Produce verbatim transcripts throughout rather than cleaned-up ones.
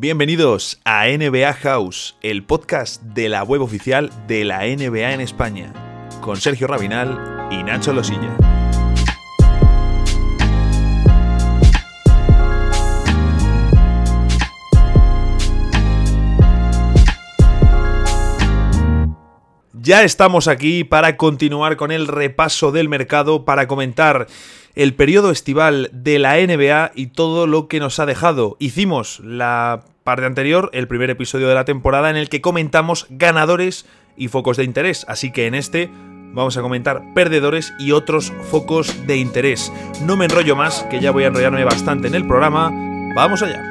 Bienvenidos a N B A House, el podcast de la web oficial de la N B A en España, con Sergio Rabinal y Nacho Losilla. Ya estamos aquí para continuar con el repaso del mercado, para comentar el periodo estival de la N B A y todo lo que nos ha dejado. Hicimos la parte anterior, el primer episodio de la temporada, en el que comentamos ganadores y focos de interés. Así que en este vamos a comentar perdedores y otros focos de interés. No me enrollo más, que ya voy a enrollarme bastante en el programa. ¡Vamos allá!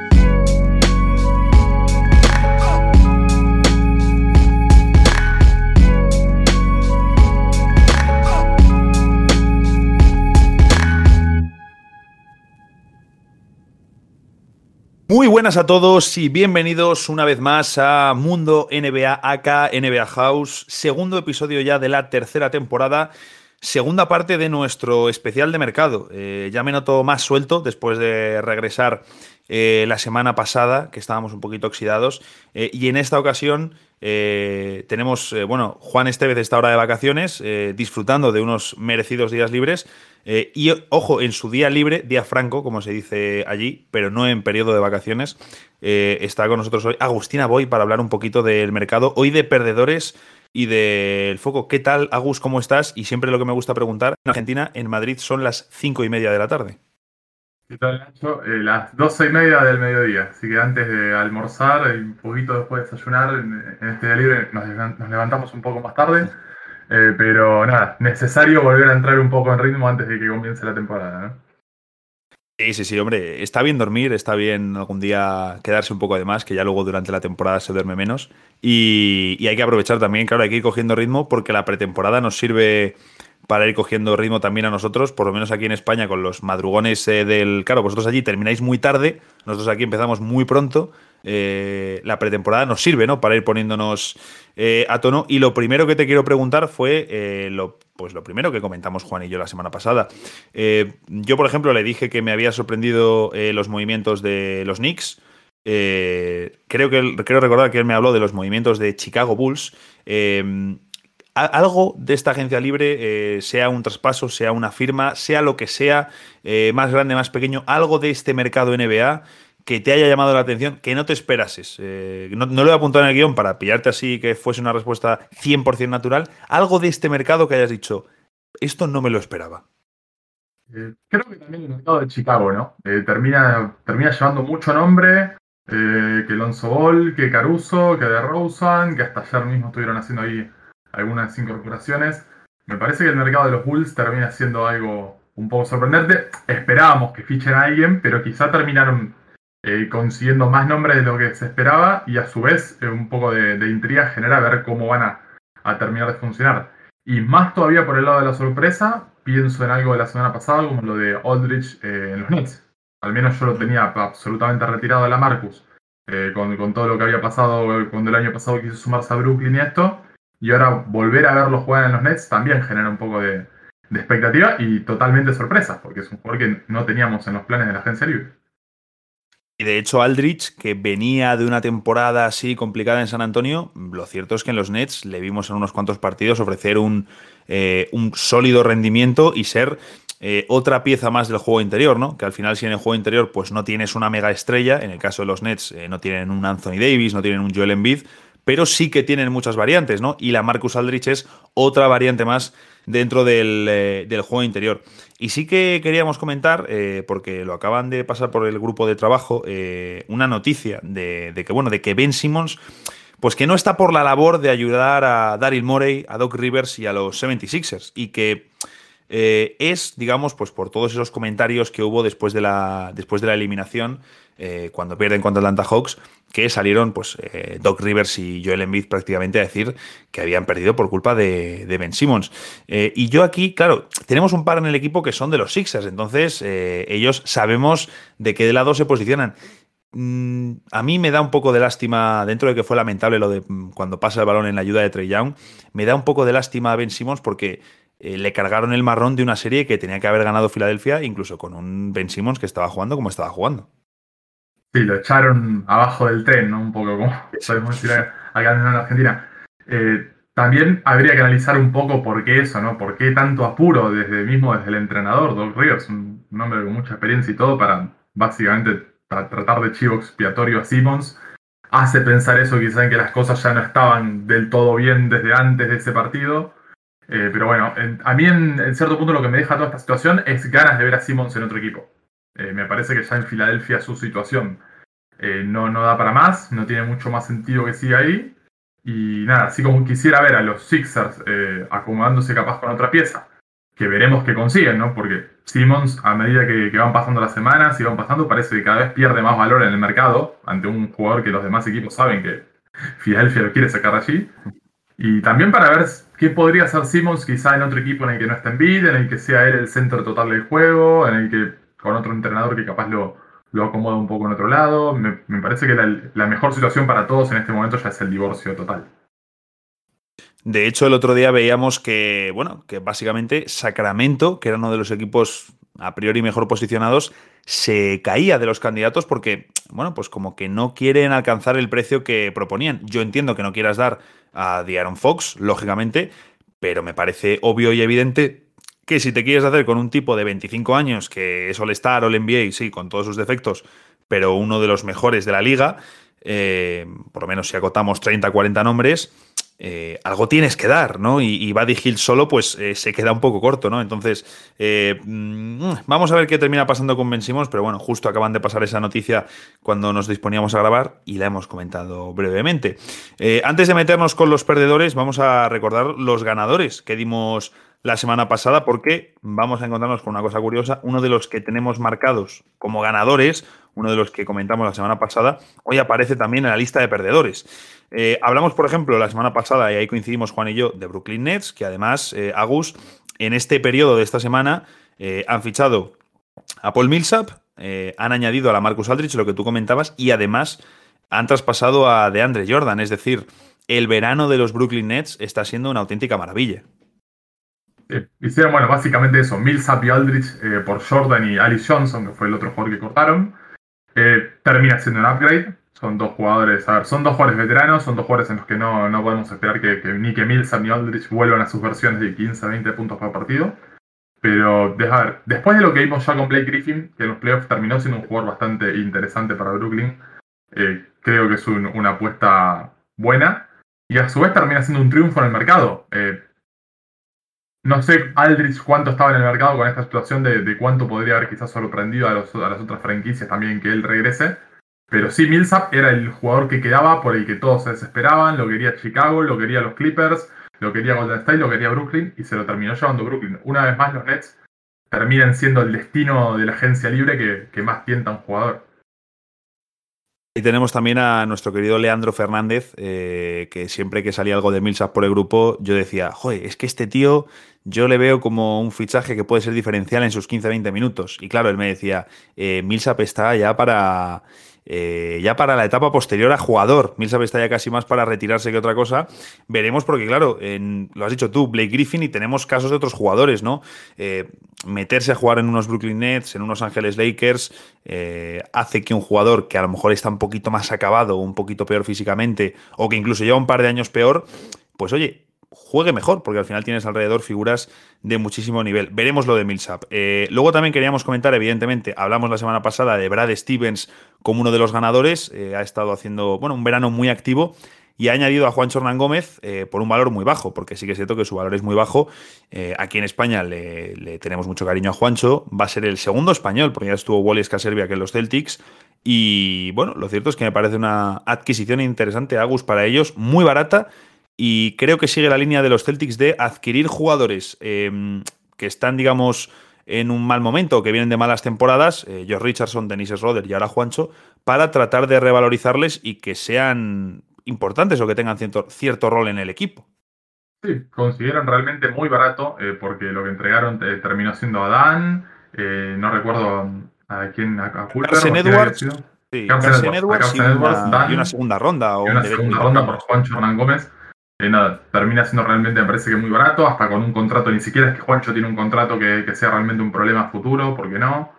Muy buenas a todos y bienvenidos una vez más a Mundo N B A, acá N B A House, segundo episodio ya de la tercera temporada, segunda parte de nuestro especial de mercado. Eh, ya me noto más suelto después de regresar eh, la semana pasada, que estábamos un poquito oxidados, eh, y en esta ocasión eh, tenemos, eh, bueno, Juan Estevez está ahora de vacaciones, eh, disfrutando de unos merecidos días libres. Eh, y ojo, en su día libre, día franco, como se dice allí, pero no en periodo de vacaciones, eh, está con nosotros hoy Agustina Boy para hablar un poquito del mercado, hoy de perdedores y del foco. ¿Qué tal, Agus? ¿Cómo estás? Y siempre lo que me gusta preguntar, en Argentina, en Madrid, son las cinco y media de la tarde. ¿Qué tal, Nacho? Eh, las doce y media del mediodía, así que antes de almorzar y un poquito después de desayunar, en, en este día libre nos, nos levantamos un poco más tarde. Eh, pero nada, necesario volver a entrar un poco en ritmo antes de que comience la temporada, ¿no? Sí, sí, sí, hombre, está bien dormir, está bien algún día quedarse un poco de más, que ya luego durante la temporada se duerme menos. Y, y hay que aprovechar también, claro, hay que ir cogiendo ritmo porque la pretemporada nos sirve para ir cogiendo ritmo también a nosotros, por lo menos aquí en España con los madrugones eh, del... Claro, vosotros allí termináis muy tarde, nosotros aquí empezamos muy pronto. Eh, la pretemporada nos sirve, ¿no?, para ir poniéndonos eh, a tono. Y lo primero que te quiero preguntar fue eh, lo, pues lo primero que comentamos Juan y yo la semana pasada. Eh, yo, por ejemplo, le dije que me había sorprendido eh, los movimientos de los Knicks. Eh, creo que creo recordar que él me habló de los movimientos de Chicago Bulls. Eh, algo de esta agencia libre, eh, sea un traspaso, sea una firma, sea lo que sea, eh, más grande, más pequeño, algo de este mercado N B A que te haya llamado la atención, que no te esperases. Eh, no, no lo he apuntado en el guión para pillarte así, que fuese una respuesta cien por ciento natural. Algo de este mercado que hayas dicho, esto no me lo esperaba. Eh, creo que también el mercado de Chicago, ¿no? Eh, termina, termina llevando mucho nombre, eh, que Lonzo Ball, que Caruso, que DeRozan, que hasta ayer mismo estuvieron haciendo ahí algunas incorporaciones. Me parece que el mercado de los Bulls termina siendo algo un poco sorprendente. Esperábamos que fichen a alguien, pero quizá terminaron eh, consiguiendo más nombres de lo que se esperaba y a su vez eh, un poco de, de intriga genera ver cómo van a, a terminar de funcionar. Y más todavía por el lado de la sorpresa, pienso en algo de la semana pasada, como lo de Aldridge eh, en los Nets. Al menos yo lo tenía absolutamente retirado de la Marcus, eh, con, con todo lo que había pasado cuando el año pasado quiso sumarse a Brooklyn y esto. Y ahora volver a verlo jugar en los Nets también genera un poco de, de expectativa y totalmente sorpresa, porque es un jugador que no teníamos en los planes de la agencia libre. Y de hecho Aldridge, que venía de una temporada así complicada en San Antonio, lo cierto es que en los Nets le vimos en unos cuantos partidos ofrecer un, eh, un sólido rendimiento y ser eh, otra pieza más del juego interior, ¿no? Que al final, si en el juego interior pues no tienes una mega estrella, en el caso de los Nets eh, no tienen un Anthony Davis, no tienen un Joel Embiid, pero sí que tienen muchas variantes, ¿no? Y la Marcus Aldridge es otra variante más dentro del, eh, del juego interior. Y sí que queríamos comentar, eh, porque lo acaban de pasar por el grupo de trabajo, eh, una noticia de, de que, bueno, de que Ben Simmons, pues que no está por la labor de ayudar a Daryl Morey, a Doc Rivers y a los setenta y seis ers. Y que eh, es, digamos, pues por todos esos comentarios que hubo después de la, después de la eliminación, eh, cuando pierden contra Atlanta Hawks, que salieron pues eh, Doc Rivers y Joel Embiid prácticamente a decir que habían perdido por culpa de, de Ben Simmons. Eh, y yo aquí, claro, tenemos un par en el equipo que son de los Sixers, entonces eh, ellos sabemos de qué lado se posicionan. Mm, a mí me da un poco de lástima, dentro de que fue lamentable lo de mm, cuando pasa el balón en la ayuda de Trae Young, me da un poco de lástima a Ben Simmons porque eh, le cargaron el marrón de una serie que tenía que haber ganado Filadelfia, incluso con un Ben Simmons que estaba jugando como estaba jugando. Sí, lo echaron abajo del tren, ¿no? Un poco como podemos decir acá en Argentina. Eh, también habría que analizar un poco por qué eso, ¿no? ¿Por qué tanto apuro desde mismo desde el entrenador, Doc Rivers, un, un hombre con mucha experiencia y todo, para básicamente tra- tratar de chivo expiatorio a Simmons? Hace pensar eso quizá en que las cosas ya no estaban del todo bien desde antes de ese partido. Eh, pero bueno, en- a mí en, en cierto punto lo que me deja toda esta situación es ganas de ver a Simmons en otro equipo. Eh, me parece que ya en Filadelfia su situación eh, no, no da para más, no tiene mucho más sentido que siga ahí. Y nada, así como quisiera ver a los Sixers eh, acomodándose capaz con otra pieza, que veremos que consiguen, ¿no? Porque Simmons, a medida que, que van pasando las semanas y van pasando, parece que cada vez pierde más valor en el mercado ante un jugador que los demás equipos saben que Filadelfia lo quiere sacar de allí. Y también para ver qué podría hacer Simmons quizá en otro equipo en el que no esté Embiid, en el que sea él el centro total del juego, en el que con otro entrenador que capaz lo, lo acomoda un poco en otro lado. Me, me parece que la, la mejor situación para todos en este momento ya es el divorcio total. De hecho, el otro día veíamos que, bueno, que básicamente Sacramento, que era uno de los equipos a priori mejor posicionados, se caía de los candidatos porque, bueno, pues como que no quieren alcanzar el precio que proponían. Yo entiendo que no quieras dar a De'Aaron Fox, lógicamente, pero me parece obvio y evidente que si te quieres hacer con un tipo de veinticinco años, que es All-Star, All-N B A, sí, con todos sus defectos, pero uno de los mejores de la liga, eh, por lo menos si acotamos treinta, cuarenta nombres, eh, algo tienes que dar, ¿no? Y, y Buddy Hield solo, pues eh, se queda un poco corto, ¿no? Entonces, eh, mmm, vamos a ver qué termina pasando con Ben Simmons, pero bueno, justo acaban de pasar esa noticia cuando nos disponíamos a grabar y la hemos comentado brevemente. Eh, antes de meternos con los perdedores, vamos a recordar los ganadores que dimos la semana pasada, porque vamos a encontrarnos con una cosa curiosa. Uno de los que tenemos marcados como ganadores, uno de los que comentamos la semana pasada, hoy aparece también en la lista de perdedores. Eh, hablamos, por ejemplo, la semana pasada, y ahí coincidimos Juan y yo, de Brooklyn Nets, que además, eh, Agus, en este periodo de esta semana eh, han fichado a Paul Millsap, eh, han añadido a la Marcus Aldridge, lo que tú comentabas, y además han traspasado a DeAndre Jordan. Es decir, el verano de los Brooklyn Nets está siendo una auténtica maravilla. Eh, hicieron, bueno, básicamente eso, Millsap y Aldridge eh, por Jordan y Alice Johnson, que fue el otro jugador que cortaron. Eh, termina siendo un upgrade. Son dos jugadores, a ver, son dos jugadores veteranos, son dos jugadores en los que no, no podemos esperar que, que ni que Millsap ni Aldridge vuelvan a sus versiones de quince a veinte puntos por partido. Pero, a ver, después de lo que vimos ya con Blake Griffin, que en los playoffs terminó siendo un jugador bastante interesante para Brooklyn, eh, creo que es un, una apuesta buena. Y a su vez termina siendo un triunfo en el mercado. Eh, no sé Aldridge cuánto estaba en el mercado con esta situación de, de cuánto podría haber quizás sorprendido a, los, a las otras franquicias también que él regrese. Pero sí, Millsap era el jugador que quedaba por el que todos se desesperaban. Lo quería Chicago, lo quería los Clippers, lo quería Golden State, lo quería Brooklyn y se lo terminó llevando Brooklyn. Una vez más los Nets terminan siendo el destino de la agencia libre que, que más tienta a un jugador. Y tenemos también a nuestro querido Leandro Fernández, eh, que siempre que salía algo de Millsap por el grupo, yo decía, joder, es que este tío yo le veo como un fichaje que puede ser diferencial en sus quince a veinte minutos. Y claro, él me decía, eh, Millsap está ya para... Eh, ya para la etapa posterior a jugador. Millsap está ya casi más para retirarse que otra cosa. Veremos porque, claro, en, lo has dicho tú, Blake Griffin, y tenemos casos de otros jugadores, ¿no? Eh, meterse a jugar en unos Brooklyn Nets, en unos Ángeles Lakers, eh, hace que un jugador que a lo mejor está un poquito más acabado, un poquito peor físicamente, o que incluso lleva un par de años peor, pues oye, juegue mejor, porque al final tienes alrededor figuras de muchísimo nivel. Veremos lo de Millsap. Eh, luego también queríamos comentar, evidentemente, hablamos la semana pasada de Brad Stevens como uno de los ganadores. Eh, ha estado haciendo, bueno, un verano muy activo y ha añadido a Juancho Hernán Gómez eh, por un valor muy bajo, porque sí que es cierto que su valor es muy bajo. Eh, aquí en España le, le tenemos mucho cariño a Juancho. Va a ser el segundo español, porque ya estuvo Wally Skaserbia que en los Celtics. Y bueno, lo cierto es que me parece una adquisición interesante, Agus, para ellos, muy barata. Y creo que sigue la línea de los Celtics de adquirir jugadores eh, que están, digamos, en un mal momento, que vienen de malas temporadas, eh, Josh Richardson, Dennis Schroeder y ahora Juancho, para tratar de revalorizarles y que sean importantes o que tengan cierto, cierto rol en el equipo. Sí, consiguieron realmente muy barato, eh, porque lo que entregaron eh, terminó siendo a Dan, eh, no recuerdo a quién, a, a Culver, Carson o a quién había Edwards, sido. sí, Carson Carson Edwards, a Edwards y Carson Edwards, una, y una Dan, segunda ronda o y un una derecho de segunda ronda por intercambio. Juancho Hernán Gómez. Eh, nada, termina siendo realmente, me parece que muy barato, hasta con un contrato, ni siquiera es que Juancho tiene un contrato que, que sea realmente un problema futuro, porque no.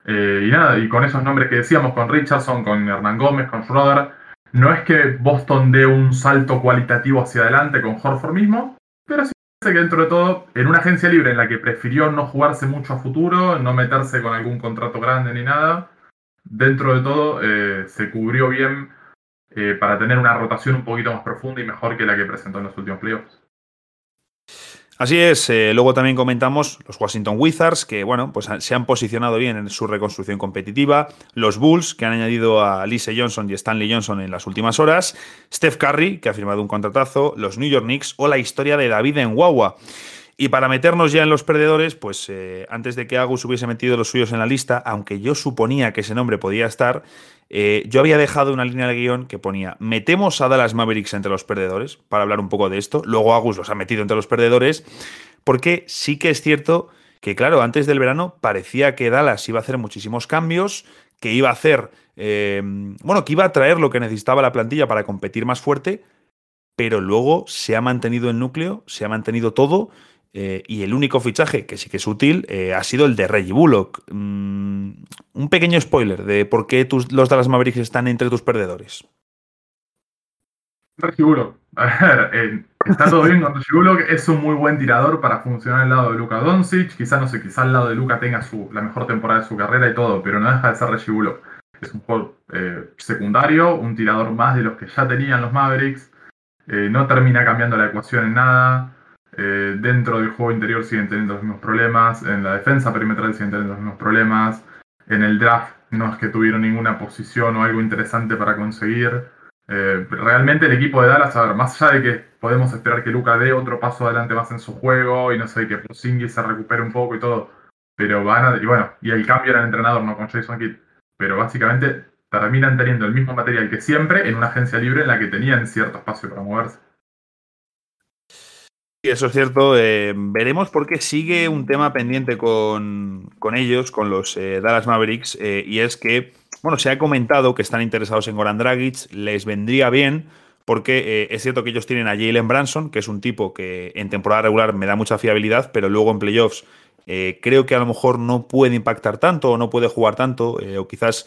Eh, y nada, y con esos nombres que decíamos, con Richardson, con Hernán Gómez, con Schroeder, no es que Boston dé un salto cualitativo hacia adelante con Horford mismo, pero sí parece que dentro de todo, en una agencia libre en la que prefirió no jugarse mucho a futuro, no meterse con algún contrato grande ni nada, dentro de todo eh, se cubrió bien eh, para tener una rotación un poquito más profunda y mejor que la que presentó en los últimos playoffs. Así es, eh, luego también comentamos los Washington Wizards, que bueno, pues se han posicionado bien en su reconstrucción competitiva, los Bulls, que han añadido a Lise Johnson y Stanley Johnson en las últimas horas, Steph Curry, que ha firmado un contratazo, los New York Knicks o la historia de David Nwawa. Y para meternos ya en los perdedores, pues eh, antes de que Agus hubiese metido los suyos en la lista, aunque yo suponía que ese nombre podía estar, eh, yo había dejado una línea de guión que ponía: metemos a Dallas Mavericks entre los perdedores, para hablar un poco de esto. Luego Agus los ha metido entre los perdedores, porque sí que es cierto que, claro, antes del verano parecía que Dallas iba a hacer muchísimos cambios, que iba a hacer, eh, bueno, que iba a traer lo que necesitaba la plantilla para competir más fuerte, pero luego se ha mantenido el núcleo, se ha mantenido todo. Eh, y el único fichaje que sí que es útil eh, ha sido el de Reggie Bullock. Mm, un pequeño spoiler de por qué tus, los Dallas Mavericks están entre tus perdedores. Reggie Bullock. A ver, eh, está todo bien con Reggie Bullock. Es un muy buen tirador para funcionar al lado de Luka Doncic. Quizá, no sé, quizá al lado de Luka tenga su, la mejor temporada de su carrera y todo, pero no deja de ser Reggie Bullock. Es un jugador eh, secundario, un tirador más de los que ya tenían los Mavericks. Eh, no termina cambiando la ecuación en nada. Eh, dentro del juego interior siguen teniendo los mismos problemas. En la defensa perimetral siguen teniendo los mismos problemas. En el draft no es que tuvieron ninguna posición o algo interesante para conseguir. Eh, realmente el equipo de Dallas, a ver, más allá de que podemos esperar que Luka dé otro paso adelante más en su juego y no sé, que Porzingis se recupere un poco y todo, pero van a, y bueno, y el cambio en el entrenador, no con Jason Kidd, pero básicamente terminan teniendo el mismo material que siempre en una agencia libre en la que tenían cierto espacio para moverse. Y eso es cierto. Eh, veremos porque sigue un tema pendiente con, con ellos, con los eh, Dallas Mavericks, eh, y es que, bueno, se ha comentado que están interesados en Goran Dragic, les vendría bien porque eh, es cierto que ellos tienen a Jalen Brunson, que es un tipo que en temporada regular me da mucha fiabilidad, pero luego en playoffs eh, creo que a lo mejor no puede impactar tanto o no puede jugar tanto, eh, o quizás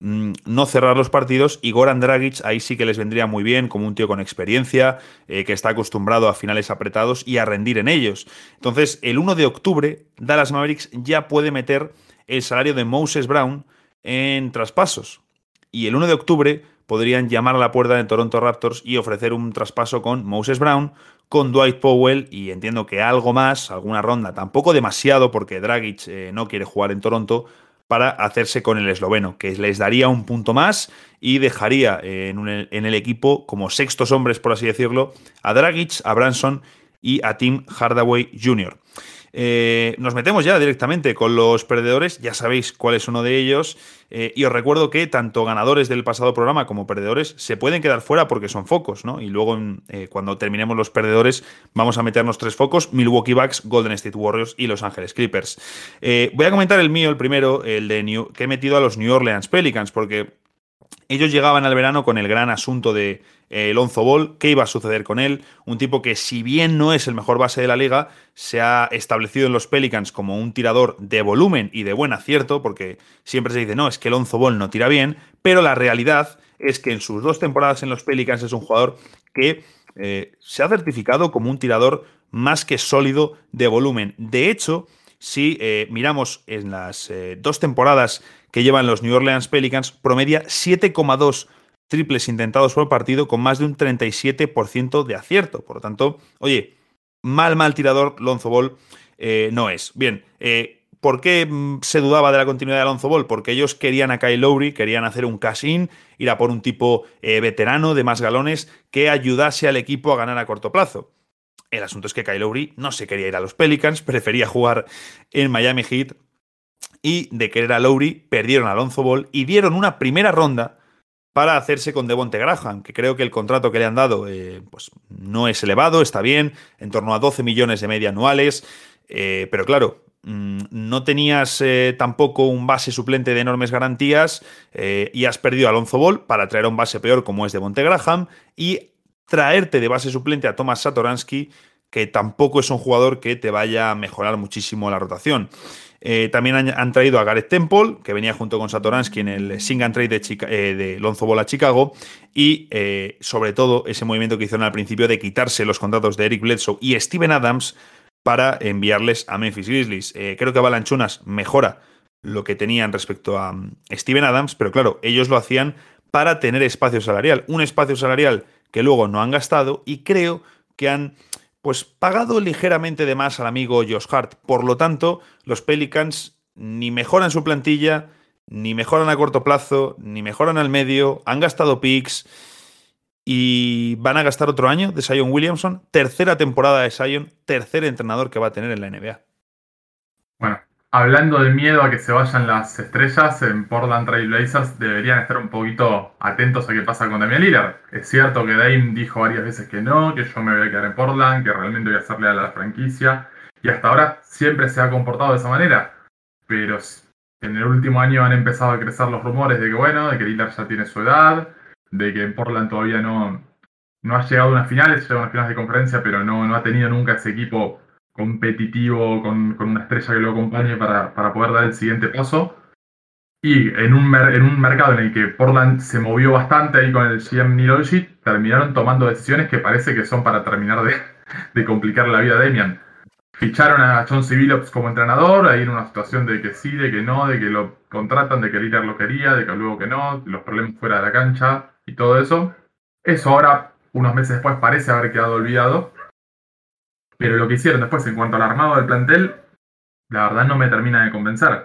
no cerrar los partidos, y Goran Dragic ahí sí que les vendría muy bien como un tío con experiencia, eh, que está acostumbrado a finales apretados y a rendir en ellos. Entonces, el uno de octubre, Dallas Mavericks ya puede meter el salario de Moses Brown en traspasos. Y el uno de octubre podrían llamar a la puerta de Toronto Raptors y ofrecer un traspaso con Moses Brown, con Dwight Powell y entiendo que algo más, alguna ronda, tampoco demasiado porque Dragic eh, no quiere jugar en Toronto, para hacerse con el esloveno, que les daría un punto más y dejaría en, un, en el equipo como sextos hombres, por así decirlo, a Dragic, a Brunson y a Tim Hardaway junior Eh, nos metemos ya directamente con los perdedores, ya sabéis cuál es uno de ellos, eh, y os recuerdo que tanto ganadores del pasado programa como perdedores se pueden quedar fuera porque son focos, ¿no? Y luego eh, cuando terminemos los perdedores vamos a meternos tres focos: Milwaukee Bucks, Golden State Warriors y Los Ángeles Clippers. Eh, voy a comentar el mío, el primero, el de New, que he metido a los New Orleans Pelicans, porque ellos llegaban al verano con el gran asunto de eh, Lonzo Ball, qué iba a suceder con él, un tipo que, si bien no es el mejor base de la liga, se ha establecido en los Pelicans como un tirador de volumen y de buen acierto, porque siempre se dice, no, es que Lonzo Ball no tira bien, pero la realidad es que en sus dos temporadas en los Pelicans es un jugador que eh, se ha certificado como un tirador más que sólido de volumen. De hecho, si eh, miramos en las eh, dos temporadas que llevan los New Orleans Pelicans, promedia siete coma dos triples intentados por partido con más de un treinta y siete por ciento de acierto. Por lo tanto, oye, mal, mal tirador Lonzo Ball eh, no es. Bien, eh, ¿por qué se dudaba de la continuidad de Lonzo Ball? Porque ellos querían a Kyle Lowry, querían hacer un cash-in, ir a por un tipo eh, veterano de más galones que ayudase al equipo a ganar a corto plazo. El asunto es que Kyle Lowry no se quería ir a los Pelicans, prefería jugar en Miami Heat, y de querer a Lowry perdieron a Lonzo Ball y dieron una primera ronda para hacerse con Devonte Graham, que creo que el contrato que le han dado eh, pues no es elevado, está bien, en torno a doce millones de media anuales, eh, pero claro, mmm, no tenías eh, tampoco un base suplente de enormes garantías, eh, y has perdido a Lonzo Ball para traer a un base peor como es Devonte Graham y traerte de base suplente a Thomas Satoransky. que tampoco es un jugador que te vaya a mejorar muchísimo la rotación. Eh, también han, han traído a Gareth Temple, que venía junto con Satoransky en el Sing and Trade de, Chica, eh, de Lonzo Ball a Chicago, y eh, sobre todo ese movimiento que hicieron al principio de quitarse los contratos de Eric Bledsoe y Steven Adams para enviarles a Memphis Grizzlies. Eh, creo que Valanciunas mejora lo que tenían respecto a um, Steven Adams, pero claro, ellos lo hacían para tener espacio salarial, un espacio salarial que luego no han gastado, y creo que han pues pagado ligeramente de más al amigo Josh Hart. Por lo tanto, los Pelicans ni mejoran su plantilla, ni mejoran a corto plazo, ni mejoran al medio, han gastado picks y van a gastar otro año de Zion Williamson, tercera temporada de Zion, tercer entrenador que va a tener en la N B A. Bueno, hablando del miedo a que se vayan las estrellas, en Portland Trail Blazers deberían estar un poquito atentos a qué pasa con Damian Lillard. Es cierto que Dame dijo varias veces que no, que yo me voy a quedar en Portland, que realmente voy a ser leal a la franquicia, y hasta ahora siempre se ha comportado de esa manera. Pero en el último año han empezado a crecer los rumores de que, bueno, de que Lillard ya tiene su edad, de que en Portland todavía no, no ha llegado a unas finales, llegado a unas finales de conferencia, pero no, no ha tenido nunca ese equipo competitivo con, con una estrella que lo acompañe para, para poder dar el siguiente paso. Y en un, mer en un mercado en el que Portland se movió bastante ahí con el G M Neil Olshey, terminaron tomando decisiones que parece que son para terminar de, de complicar la vida a Damian. Ficharon a Chauncey Billups como entrenador, ahí en una situación de que sí, de que no, de que lo contratan, de que Lillard lo quería, de que luego que no, los problemas fuera de la cancha y todo eso. Eso ahora, unos meses después, parece haber quedado olvidado. Pero lo que hicieron después en cuanto al armado del plantel, la verdad no me termina de convencer.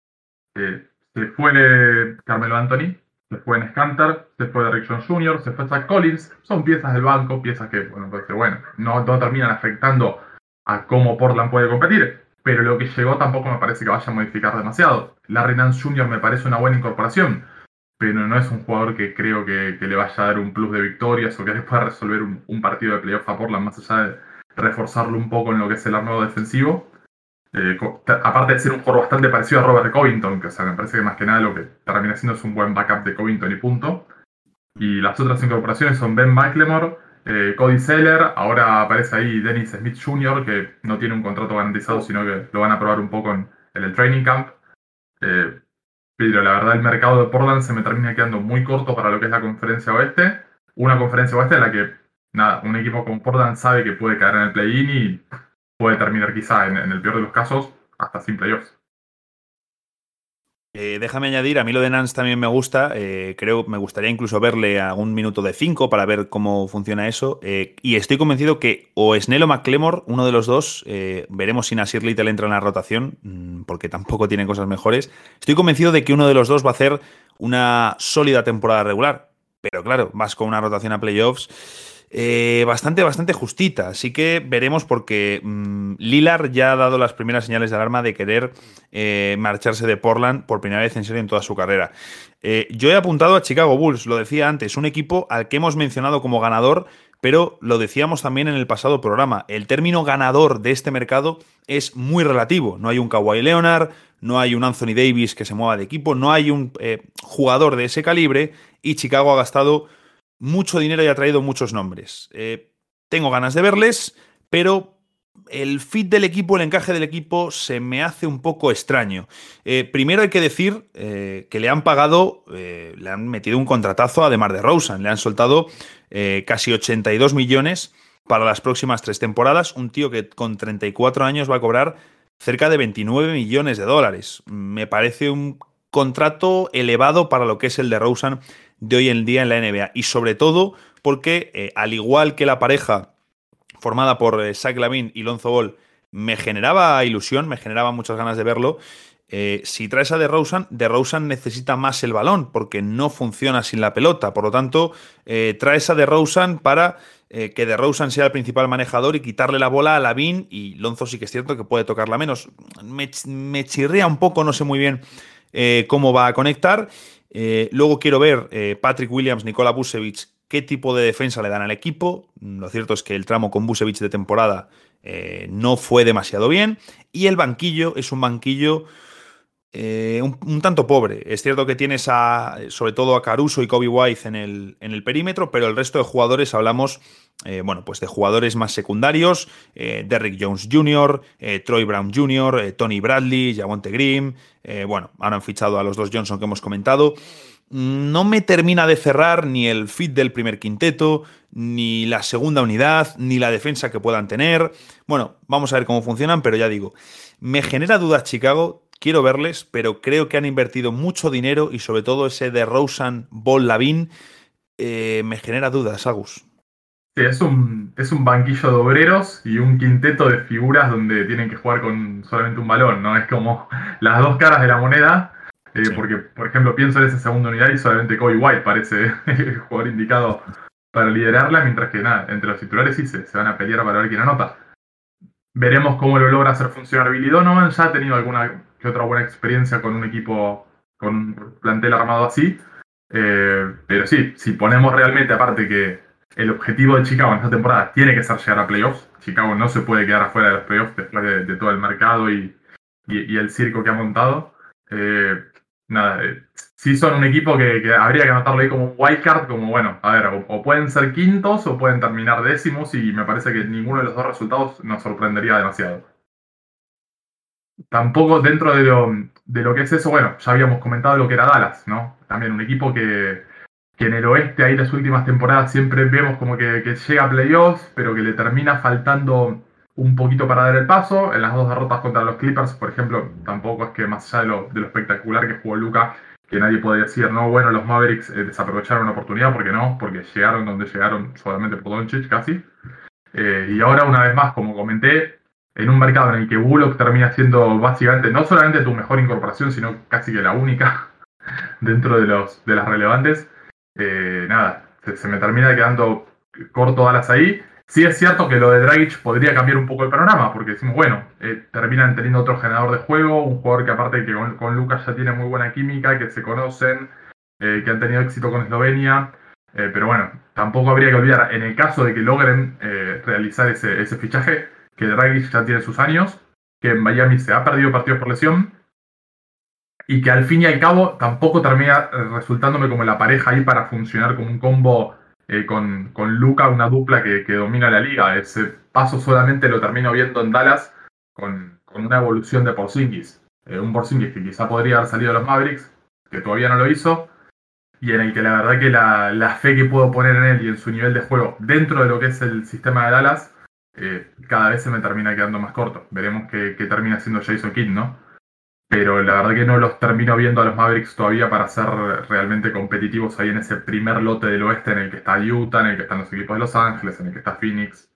Eh, se fue Carmelo Anthony, se fue Enes Kanter, se fue Derrick Jones junior, se fue Zach Collins. Son piezas del banco, piezas que bueno, pues, bueno no, no terminan afectando a cómo Portland puede competir. Pero lo que llegó tampoco me parece que vaya a modificar demasiado. Larry Nance junior me parece una buena incorporación, pero no es un jugador que creo que, que le vaya a dar un plus de victorias o que le pueda resolver un, un partido de playoff a Portland más allá de reforzarlo un poco en lo que es el armado defensivo. Eh, aparte de ser un jugador bastante parecido a Robert Covington, que o sea, me parece que más que nada lo que termina siendo es un buen backup de Covington y punto. Y las otras incorporaciones son Ben McLemore, eh, Cody Zeller, ahora aparece ahí Dennis Smith junior, que no tiene un contrato garantizado, sino que lo van a probar un poco en, en el training camp. Eh, pero la verdad el mercado de Portland se me termina quedando muy corto para lo que es la conferencia oeste. Una conferencia oeste en la que nada, un equipo como Portland sabe que puede caer en el play-in y puede terminar quizá, en, en el peor de los casos, hasta sin playoffs. Eh, déjame añadir, a mí lo de Nance también me gusta, eh, creo me gustaría incluso verle algún minuto de cinco para ver cómo funciona eso, eh, y estoy convencido que o Snell o McLemore, uno de los dos, eh, veremos si Nasir Little entra en la rotación, mmm, porque tampoco tiene cosas mejores. Estoy convencido de que uno de los dos va a hacer una sólida temporada regular, pero claro, vas con una rotación a playoffs Eh, bastante, bastante justita. Así que veremos porque mmm, Lillard ya ha dado las primeras señales de alarma de querer eh, marcharse de Portland por primera vez en serio en toda su carrera. Eh, yo he apuntado a Chicago Bulls, lo decía antes, un equipo al que hemos mencionado como ganador, pero lo decíamos también en el pasado programa. El término ganador de este mercado es muy relativo. No hay un Kawhi Leonard, no hay un Anthony Davis que se mueva de equipo, no hay un eh, jugador de ese calibre, y Chicago ha gastado mucho dinero y ha traído muchos nombres. Eh, tengo ganas de verles, pero el fit del equipo, el encaje del equipo se me hace un poco extraño. Eh, primero hay que decir eh, que le han pagado, eh, le han metido un contratazo a DeMar DeRozan, le han soltado eh, casi ochenta y dos millones para las próximas tres temporadas, un tío que con treinta y cuatro años va a cobrar cerca de veintinueve millones de dólares. Me parece un contrato elevado para lo que es el DeRozan de hoy en día en la N B A, y sobre todo porque eh, al igual que la pareja formada por eh, Zach LaVine y Lonzo Ball me generaba ilusión, me generaba muchas ganas de verlo, eh, si traes a DeRozan, DeRozan necesita más el balón porque no funciona sin la pelota, por lo tanto eh, traes a DeRozan para eh, que DeRozan sea el principal manejador y quitarle la bola a LaVine, y Lonzo sí que es cierto que puede tocarla menos. Me, me chirría un poco, no sé muy bien eh, cómo va a conectar. Eh, luego quiero ver eh, Patrick Williams, Nikola Vucevic, qué tipo de defensa le dan al equipo. Lo cierto es que el tramo con Vucevic de temporada eh, no fue demasiado bien, y el banquillo es un banquillo eh, un, un tanto pobre. Es cierto que tienes a, sobre todo a Caruso y Kobe White en el, en el perímetro, pero el resto de jugadores hablamos, eh, bueno, pues de jugadores más secundarios, eh, Derrick Jones junior, eh, Troy Brown junior, eh, Tony Bradley, Javonte Green, eh, bueno, ahora han fichado a los dos Johnson que hemos comentado. No me termina de cerrar ni el fit del primer quinteto, ni la segunda unidad, ni la defensa que puedan tener. Bueno, vamos a ver cómo funcionan, pero ya digo, me genera dudas Chicago, quiero verles, pero creo que han invertido mucho dinero y sobre todo ese de DeRozan, Ball, Lavin, eh, me genera dudas, Agus. Sí, es un, es un banquillo de obreros y un quinteto de figuras donde tienen que jugar con solamente un balón, ¿no? Es como las dos caras de la moneda, eh, Sí. porque, por ejemplo, pienso en esa segunda unidad y solamente Kobe White parece el jugador indicado para liderarla, mientras que nada, entre los titulares sí se, se van a pelear para ver quién anota. Veremos cómo lo logra hacer funcionar Billy Donovan, ya ha tenido alguna que otra buena experiencia con un equipo, con un plantel armado así, eh, pero sí, si ponemos realmente aparte que el objetivo de Chicago en esta temporada tiene que ser llegar a playoffs. Chicago no se puede quedar afuera de los playoffs después de, de todo el mercado y, y, y el circo que ha montado. Eh, nada, eh, sí son un equipo que, que habría que anotarlo ahí como un wildcard, como bueno, a ver, o, o pueden ser quintos o pueden terminar décimos y me parece que ninguno de los dos resultados nos sorprendería demasiado. Tampoco dentro de lo, de lo que es eso, bueno, ya habíamos comentado lo que era Dallas, ¿no? También un equipo que que en el oeste ahí las últimas temporadas siempre vemos como que, que llega a playoffs, pero que le termina faltando un poquito para dar el paso. En las dos derrotas contra los Clippers, por ejemplo, tampoco es que más allá de lo, de lo espectacular que jugó Luka, que nadie puede decir, no, bueno, los Mavericks eh, desaprovecharon una oportunidad, porque no, porque llegaron donde llegaron solamente por Doncic casi. Eh, y ahora, una vez más, como comenté, en un mercado en el que Bullock termina siendo básicamente no solamente tu mejor incorporación, sino casi que la única dentro de, los, de las relevantes, eh, nada, se, se me termina quedando corto Dallas ahí. Sí es cierto que lo de Dragic podría cambiar un poco el panorama, porque decimos, bueno, eh, terminan teniendo otro generador de juego, un jugador que aparte que con, con Lucas ya tiene muy buena química, que se conocen, eh, que han tenido éxito con Eslovenia, eh, pero bueno, tampoco habría que olvidar, en el caso de que logren eh, realizar ese, ese fichaje, que Dragic ya tiene sus años, que en Miami se ha perdido partidos por lesión, y que al fin y al cabo tampoco termina resultándome como la pareja ahí para funcionar como un combo eh, con, con Luka, una dupla que, que domina la liga. Ese paso solamente lo termino viendo en Dallas con, con una evolución de Porzingis. Eh, un Porzingis que quizá podría haber salido de los Mavericks, que todavía no lo hizo, y en el que la verdad que la, la fe que puedo poner en él y en su nivel de juego dentro de lo que es el sistema de Dallas, eh, cada vez se me termina quedando más corto. Veremos qué, qué termina siendo Jason Kidd, ¿no? Pero la verdad que no los termino viendo a los Mavericks todavía para ser realmente competitivos ahí en ese primer lote del oeste en el que está Utah, en el que están los equipos de Los Ángeles, en el que está Phoenix.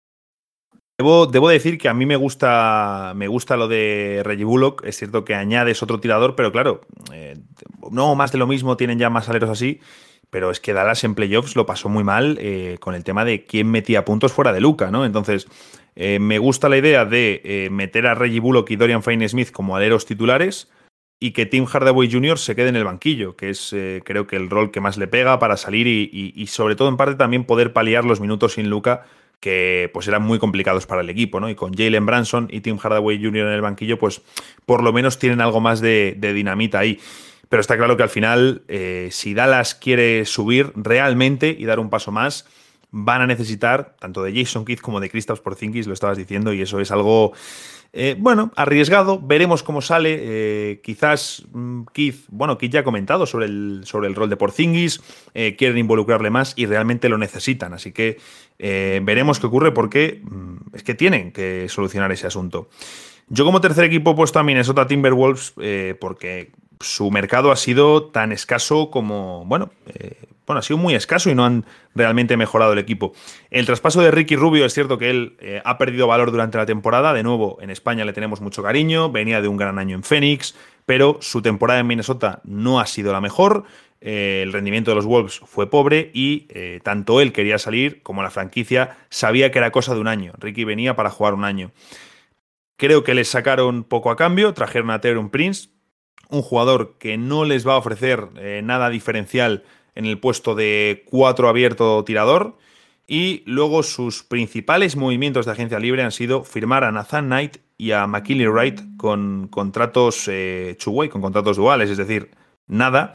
Debo, debo decir que a mí me gusta, me gusta lo de Reggie Bullock. Es cierto que añades otro tirador, pero claro, eh, no más de lo mismo, tienen ya más aleros así. Pero es que Dallas en playoffs lo pasó muy mal eh, con el tema de quién metía puntos fuera de Luka, ¿no? Entonces, eh, me gusta la idea de eh, meter a Reggie Bullock y Dorian Finney-Smith como aleros titulares y que Tim Hardaway junior se quede en el banquillo, que es eh, creo que el rol que más le pega para salir y, y, y sobre todo en parte también poder paliar los minutos sin Luka que pues eran muy complicados para el equipo, ¿no? Y con Jalen Brunson y Tim Hardaway junior en el banquillo, pues por lo menos tienen algo más de, de dinamita ahí. Pero está claro que al final, eh, si Dallas quiere subir realmente y dar un paso más, van a necesitar tanto de Jason Kidd como de Kristaps Porzingis, lo estabas diciendo, y eso es algo, eh, bueno, arriesgado. Veremos cómo sale. Eh, quizás mmm, Kidd, bueno, Kidd ya ha comentado sobre el, sobre el rol de Porzingis, eh, quieren involucrarle más y realmente lo necesitan. Así que eh, veremos qué ocurre porque mmm, es que tienen que solucionar ese asunto. Yo como tercer equipo he puesto a Minnesota Timberwolves eh, porque su mercado ha sido tan escaso como, bueno, eh, bueno, ha sido muy escaso y no han realmente mejorado el equipo. El traspaso de Ricky Rubio es cierto que él eh, ha perdido valor durante la temporada. De nuevo, en España le tenemos mucho cariño, venía de un gran año en Phoenix, pero su temporada en Minnesota no ha sido la mejor. Eh, el rendimiento de los Wolves fue pobre y eh, tanto él quería salir como la franquicia sabía que era cosa de un año. Ricky venía para jugar un año. Creo que les sacaron poco a cambio, trajeron a Taurean Prince, un jugador que no les va a ofrecer eh, nada diferencial en el puesto de cuatro abierto tirador Y luego sus principales movimientos de agencia libre han sido firmar a Nathan Knight y a McKinley Wright con contratos eh, two-way, con contratos duales, es decir, nada.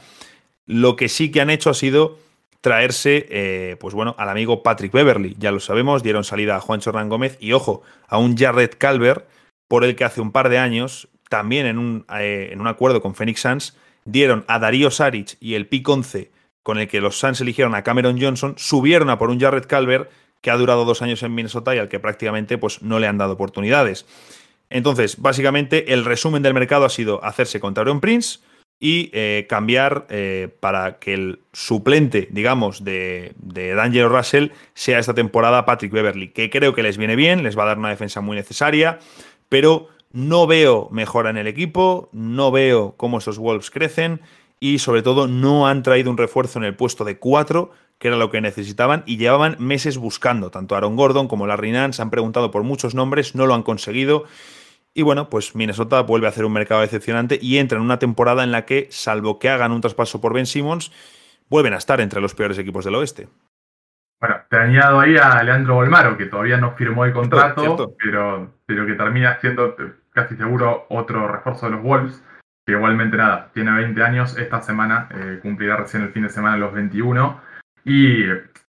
Lo que sí que han hecho ha sido traerse, eh, pues bueno, al amigo Patrick Beverley. Ya lo sabemos, dieron salida a Juancho Hernán Gómez y, ojo, a un Jarrett Culver, por el que hace un par de años, también en un, eh, en un acuerdo con Phoenix Suns, dieron a Darío Saric y el pick once con el que los Suns eligieron a Cameron Johnson, subieron a por un Jarrett Culver que ha durado dos años en Minnesota y al que prácticamente pues, no le han dado oportunidades. Entonces, básicamente, el resumen del mercado ha sido hacerse con Taurean Prince y eh, cambiar eh, para que el suplente, digamos, de, de D'Angelo Russell sea esta temporada Patrick Beverley, que creo que les viene bien, les va a dar una defensa muy necesaria, pero no veo mejora en el equipo, no veo cómo estos Wolves crecen y, sobre todo, no han traído un refuerzo en el puesto de cuatro, que era lo que necesitaban, y llevaban meses buscando. Tanto Aaron Gordon como Larry Nance han preguntado por muchos nombres, no lo han conseguido. Y bueno, pues Minnesota vuelve a hacer un mercado decepcionante y entra en una temporada en la que, salvo que hagan un traspaso por Ben Simmons, vuelven a estar entre los peores equipos del oeste. Bueno, te añado ahí a Leandro Bolmaro, que todavía no firmó el contrato, Cierto. pero, pero que termina siendo casi seguro otro refuerzo de los Wolves, que igualmente nada, tiene veinte años, esta semana eh, cumplirá recién el fin de semana los veintiuno, y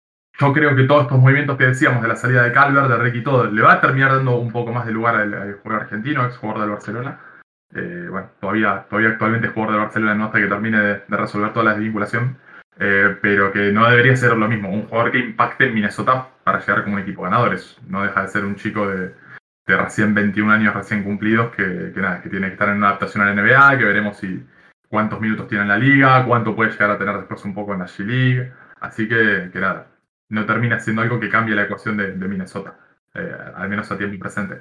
yo creo que todos estos movimientos que decíamos de la salida de Calvert, de Ricky y todo, le va a terminar dando un poco más de lugar al, al jugador argentino, ex jugador del Barcelona. Eh, bueno, todavía, todavía actualmente es jugador del Barcelona, no hasta que termine de, de resolver toda la desvinculación, eh, pero que no debería ser lo mismo. Un jugador que impacte en Minnesota para llegar como un equipo ganadores. No deja de ser un chico de, de recién veintiún años recién cumplidos que, que nada, que tiene que estar en una adaptación a la N B A, que veremos si cuántos minutos tiene en la liga, cuánto puede llegar a tener después un poco en la G-League. Así que, que nada, no termina siendo algo que cambie la ecuación de, de Minnesota, eh, al menos a tiempo presente.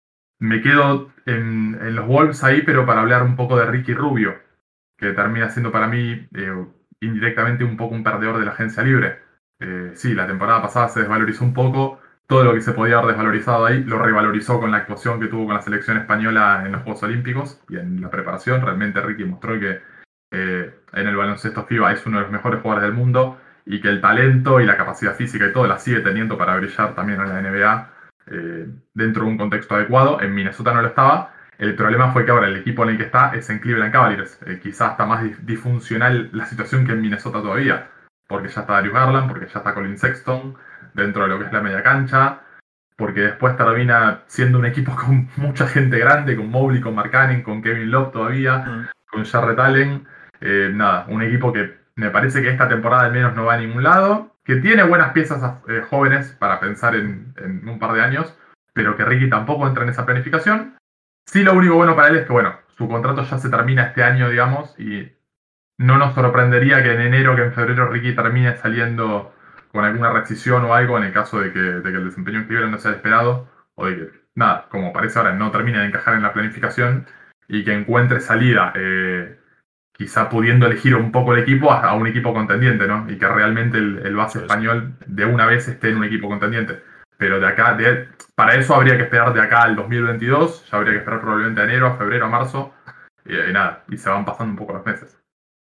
Me quedo en, en los Wolves ahí, pero para hablar un poco de Ricky Rubio, que termina siendo para mí eh, indirectamente un poco un perdedor de la agencia libre. Eh, sí, la temporada pasada se desvalorizó un poco, todo lo que se podía haber desvalorizado ahí lo revalorizó con la actuación que tuvo con la selección española en los Juegos Olímpicos y en la preparación. Realmente Ricky mostró que eh, en el baloncesto FIBA es uno de los mejores jugadores del mundo y que el talento y la capacidad física y todo la sigue teniendo para brillar también en la N B A eh, dentro de un contexto adecuado. En Minnesota no lo estaba. El problema fue que ahora el equipo en el que está es en Cleveland Cavaliers. Eh, quizás está más disfuncional la situación que en Minnesota todavía, porque ya está Darius Garland, porque ya está Colin Sexton dentro de lo que es la media cancha, porque después termina siendo un equipo con mucha gente grande, con Mobley, con Mark Cannon, con Kevin Love todavía, mm. con Jarrett Allen. Eh, nada, un equipo que me parece que esta temporada al menos no va a ningún lado, que tiene buenas piezas eh, jóvenes para pensar en, en un par de años, pero que Ricky tampoco entra en esa planificación. Sí, lo único bueno para él es que, bueno, su contrato ya se termina este año, digamos, y no nos sorprendería que en enero, que en febrero Ricky termine saliendo con alguna rescisión o algo en el caso de que, de que el desempeño en Cleveland no sea el esperado, o de que, nada, como parece ahora, no termine de encajar en la planificación y que encuentre salida, eh, quizá pudiendo elegir un poco el equipo a un equipo contendiente, ¿no? Y que realmente el, el base español de una vez esté en un equipo contendiente. Pero de acá, de, para eso habría que esperar de acá al dos mil veintidós, ya habría que esperar probablemente a enero, a febrero, a marzo, y, y nada, y se van pasando un poco los meses.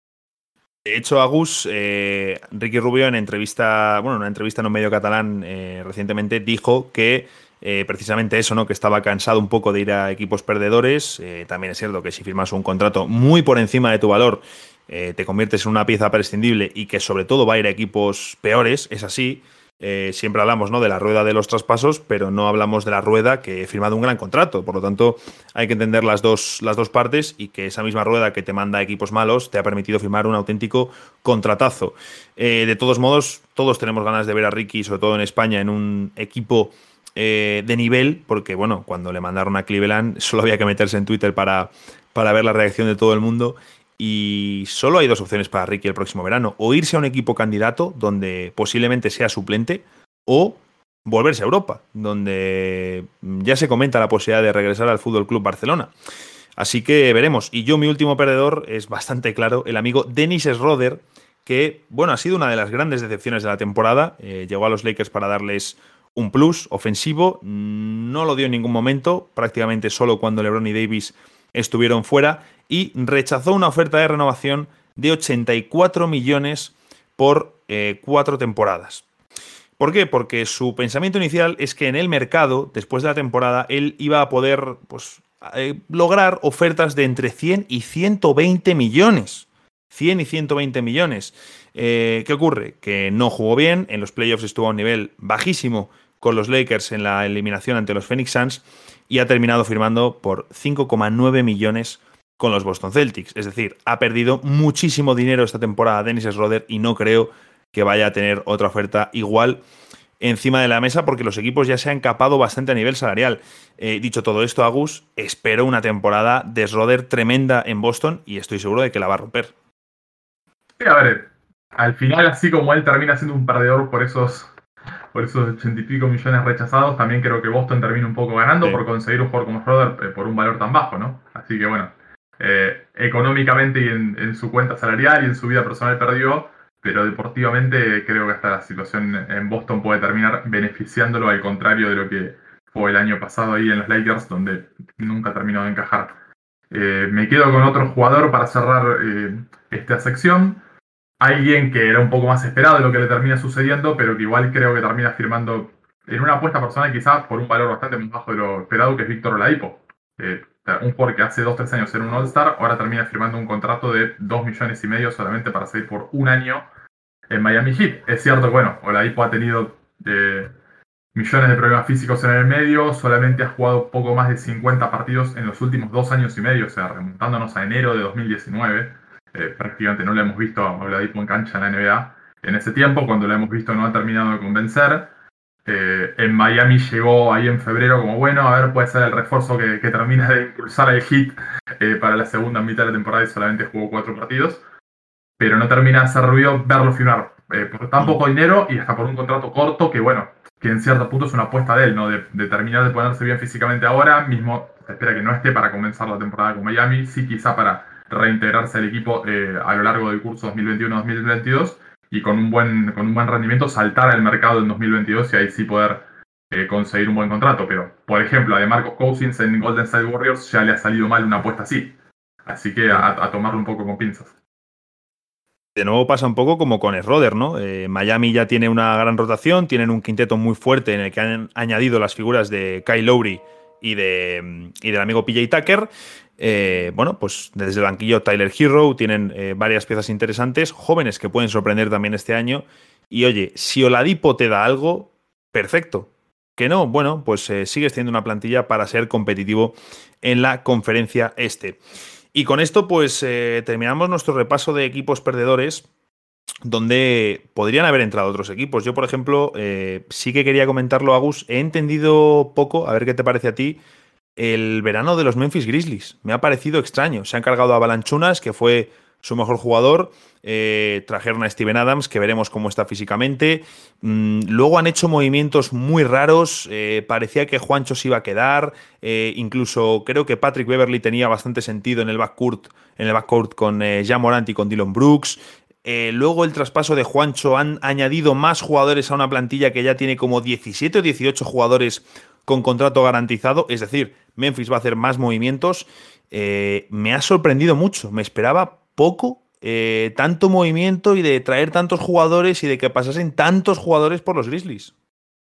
De hecho, Agus, eh, Ricky Rubio en entrevista, bueno, en una entrevista en un medio catalán eh, recientemente dijo que eh, precisamente eso, ¿no? Que estaba cansado un poco de ir a equipos perdedores. Eh, también es cierto que si firmas un contrato muy por encima de tu valor, eh, te conviertes en una pieza prescindible y que sobre todo va a ir a equipos peores, es así. Eh, siempre hablamos, ¿no? de la rueda de los traspasos, pero no hablamos de la rueda que he firmado un gran contrato. Por lo tanto, hay que entender las dos, las dos partes y que esa misma rueda que te manda a equipos malos te ha permitido firmar un auténtico contratazo. Eh, de todos modos, todos tenemos ganas de ver a Ricky, sobre todo en España, en un equipo eh, de nivel, porque bueno, cuando le mandaron a Cleveland solo había que meterse en Twitter para, para ver la reacción de todo el mundo. Y solo hay dos opciones para Ricky el próximo verano. O irse a un equipo candidato donde posiblemente sea suplente, o volverse a Europa, donde ya se comenta la posibilidad de regresar al Fútbol Club Barcelona. Así que veremos. Y yo, mi último perdedor es bastante claro, el amigo Dennis Schroeder, que bueno, ha sido una de las grandes decepciones de la temporada. Eh, llegó a los Lakers para darles un plus ofensivo. No lo dio en ningún momento, prácticamente solo cuando LeBron y Davis estuvieron fuera, y rechazó una oferta de renovación de ochenta y cuatro millones por eh, cuatro temporadas. ¿Por qué? Porque su pensamiento inicial es que en el mercado, después de la temporada, él iba a poder pues, eh, lograr ofertas de entre cien y ciento veinte millones. cien y ciento veinte millones. Eh, ¿Qué ocurre? Que no jugó bien, en los playoffs estuvo a un nivel bajísimo con los Lakers en la eliminación ante los Phoenix Suns y ha terminado firmando por cinco coma nueve millones con los Boston Celtics. Es decir, ha perdido muchísimo dinero esta temporada Dennis Schroeder y no creo que vaya a tener otra oferta igual encima de la mesa porque los equipos ya se han capado bastante a nivel salarial. Eh, dicho todo esto, Agus, espero una temporada de Schroeder tremenda en Boston y estoy seguro de que la va a romper. Sí, a ver, al final, así como él termina siendo un perdedor por esos por esos ochenta y pico millones rechazados, también creo que Boston termina un poco ganando sí. por conseguir un jugador como Schroeder eh, por un valor tan bajo, ¿no? Así que bueno, eh, económicamente y en, en su cuenta salarial y en su vida personal perdió, pero deportivamente creo que hasta la situación en Boston puede terminar beneficiándolo, al contrario de lo que fue el año pasado ahí en los Lakers, donde nunca terminó de encajar. Eh, me quedo con otro jugador para cerrar eh, esta sección. Alguien que era un poco más esperado de lo que le termina sucediendo, pero que igual creo que termina firmando en una apuesta personal quizás por un valor bastante más bajo de lo esperado, que es Víctor Oladipo. Eh, un jugador que hace dos o tres años era un All-Star, ahora termina firmando un contrato de dos millones y medio solamente para seguir por un año en Miami Heat. Es cierto que, bueno, Oladipo ha tenido eh, millones de problemas físicos en el medio, solamente ha jugado poco más de cincuenta partidos en los últimos dos años y medio, o sea, remontándonos a enero de dos mil diecinueve. Eh, prácticamente no lo hemos visto a Oladipo en cancha en la N B A en ese tiempo. Cuando lo hemos visto no ha terminado de convencer. Eh, en Miami llegó ahí en febrero como bueno, a ver, puede ser el refuerzo que, que termina de impulsar el Heat eh, para la segunda mitad de la temporada y solamente jugó cuatro partidos. Pero no termina de hacer ruido verlo firmar eh, por tan poco dinero y hasta por un contrato corto que bueno, que en cierto punto es una apuesta de él, ¿no? De, de terminar de ponerse bien físicamente ahora mismo. Se espera que no esté para comenzar la temporada con Miami, sí quizá para reintegrarse al equipo eh, a lo largo del curso dos mil veintiuno dos mil veintidós y con un buen con un buen rendimiento saltar al mercado en dos mil veintidós y ahí sí poder eh, conseguir un buen contrato. Pero, por ejemplo, a DeMarcus Cousins en Golden State Warriors ya le ha salido mal una apuesta así. Así que a, a tomarlo un poco con pinzas. De nuevo pasa un poco como con Schroeder, ¿no? Eh, Miami ya tiene una gran rotación, tienen un quinteto muy fuerte en el que han añadido las figuras de Kyle Lowry y, de, y del amigo P J Tucker. Eh, bueno, pues desde el banquillo Tyler Herro tienen eh, varias piezas interesantes, jóvenes que pueden sorprender también este año. Y oye, si Oladipo te da algo, perfecto. Que no, bueno, pues eh, sigues teniendo una plantilla para ser competitivo en la conferencia este. Y con esto, pues eh, terminamos nuestro repaso de equipos perdedores, donde podrían haber entrado otros equipos. Yo, por ejemplo, eh, sí que quería comentarlo, Agus. He entendido poco, a ver qué te parece a ti, el verano de los Memphis Grizzlies. Me ha parecido extraño. Se han cargado a Valanciunas, que fue su mejor jugador. Eh, trajeron a Steven Adams, que veremos cómo está físicamente. Mm, luego han hecho movimientos muy raros. Eh, parecía que Juancho se iba a quedar. Eh, incluso creo que Patrick Beverley tenía bastante sentido en el backcourt, en el backcourt con eh, Ja Morant y con Dillon Brooks. Eh, luego el traspaso de Juancho, han añadido más jugadores a una plantilla que ya tiene como diecisiete o dieciocho jugadores con contrato garantizado. Es decir, Memphis va a hacer más movimientos. Eh, me ha sorprendido mucho. Me esperaba poco, eh, tanto movimiento y de traer tantos jugadores y de que pasasen tantos jugadores por los Grizzlies.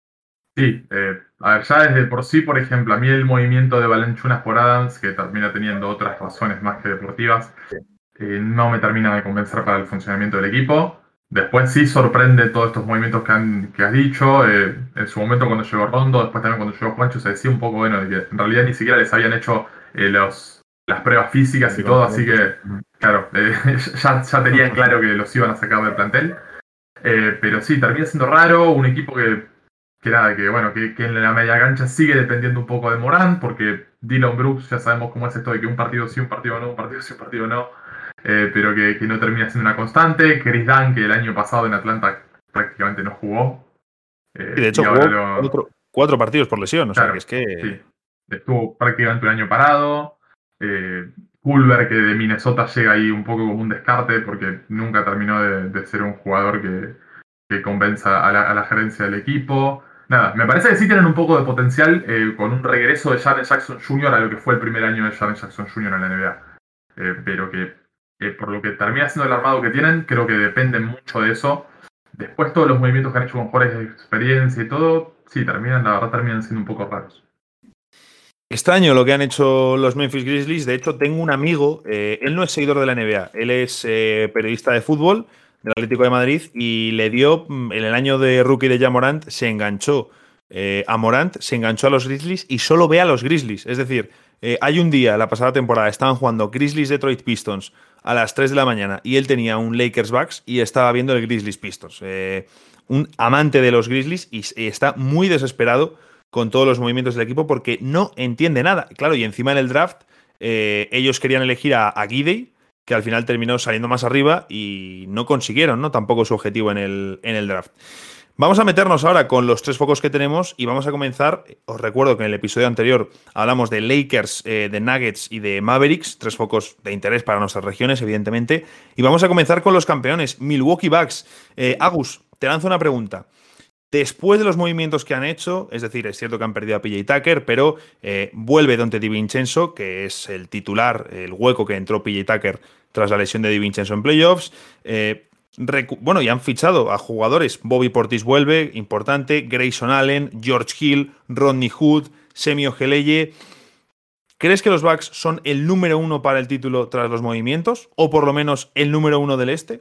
Sí, eh, a ver, ya desde por sí, por ejemplo, a mí el movimiento de Valanciunas por Adams, que termina teniendo otras razones más que deportivas, eh, no me termina de convencer para el funcionamiento del equipo. Después sí sorprende todos estos movimientos que, han, que has dicho. Eh, en su momento cuando llegó Rondo, después también cuando llegó Juancho, se decía un poco, bueno, de que en realidad ni siquiera les habían hecho eh, los, las pruebas físicas y todo, así que, claro, eh, ya, ya tenían claro que los iban a sacar del plantel. Eh, pero sí, termina siendo raro, un equipo que, que nada, que bueno, que, que en la media cancha sigue dependiendo un poco de Morant, porque Dillon Brooks ya sabemos cómo es esto de que un partido sí, un partido no, un partido sí, un partido no. Eh, pero que, que no termina siendo una constante. Chris Dunn, que el año pasado en Atlanta prácticamente no jugó. Eh, y de hecho y jugó lo... cuatro, cuatro partidos por lesión, o claro, sea que es que... Sí, estuvo prácticamente un año parado. Eh, Culver, que de Minnesota llega ahí un poco como un descarte, porque nunca terminó de, de ser un jugador que, que convenza a la, a la gerencia del equipo. Nada, me parece que sí tienen un poco de potencial eh, con un regreso de Jaren Jackson junior a lo que fue el primer año de Jaren Jackson junior en la N B A. Eh, pero que Eh, por lo que termina siendo el armado que tienen, creo que dependen mucho de eso, después todos los movimientos que han hecho con jugadores de experiencia y todo, sí, terminan, la verdad terminan siendo un poco raros. Extraño lo que han hecho los Memphis Grizzlies. De hecho, tengo un amigo, eh, él no es seguidor de la N B A, él es eh, periodista de fútbol del Atlético de Madrid y le dio, mm, en el año de rookie de Ja Morant, se enganchó eh, a Morant, se enganchó a los Grizzlies y solo ve a los Grizzlies. Es decir, eh, hay un día, la pasada temporada, estaban jugando Grizzlies Detroit Pistons a las tres de la mañana y él tenía un Lakers Bucks y estaba viendo el Grizzlies Pistons. Eh, un amante de los Grizzlies y, y está muy desesperado con todos los movimientos del equipo porque no entiende nada. Claro, y encima en el draft eh, ellos querían elegir a, a Giddey, que al final terminó saliendo más arriba y no consiguieron, ¿no? Tampoco su objetivo en el, en el draft. Vamos a meternos ahora con los tres focos que tenemos y vamos a comenzar. Os recuerdo que en el episodio anterior hablamos de Lakers, eh, de Nuggets y de Mavericks, tres focos de interés para nuestras regiones, evidentemente. Y vamos a comenzar con los campeones, Milwaukee Bucks. Eh, Agus, te lanzo una pregunta. Después de los movimientos que han hecho, es decir, es cierto que han perdido a P J Tucker, pero eh, vuelve Donte DiVincenzo, que es el titular, el hueco que entró P J Tucker tras la lesión de DiVincenzo en playoffs. Eh, bueno, y han fichado a jugadores. Bobby Portis vuelve, importante. Grayson Allen, George Hill, Rodney Hood, Semi Ojeleye. ¿Crees que los Bucks son el número uno para el título tras los movimientos? ¿O por lo menos el número uno del este?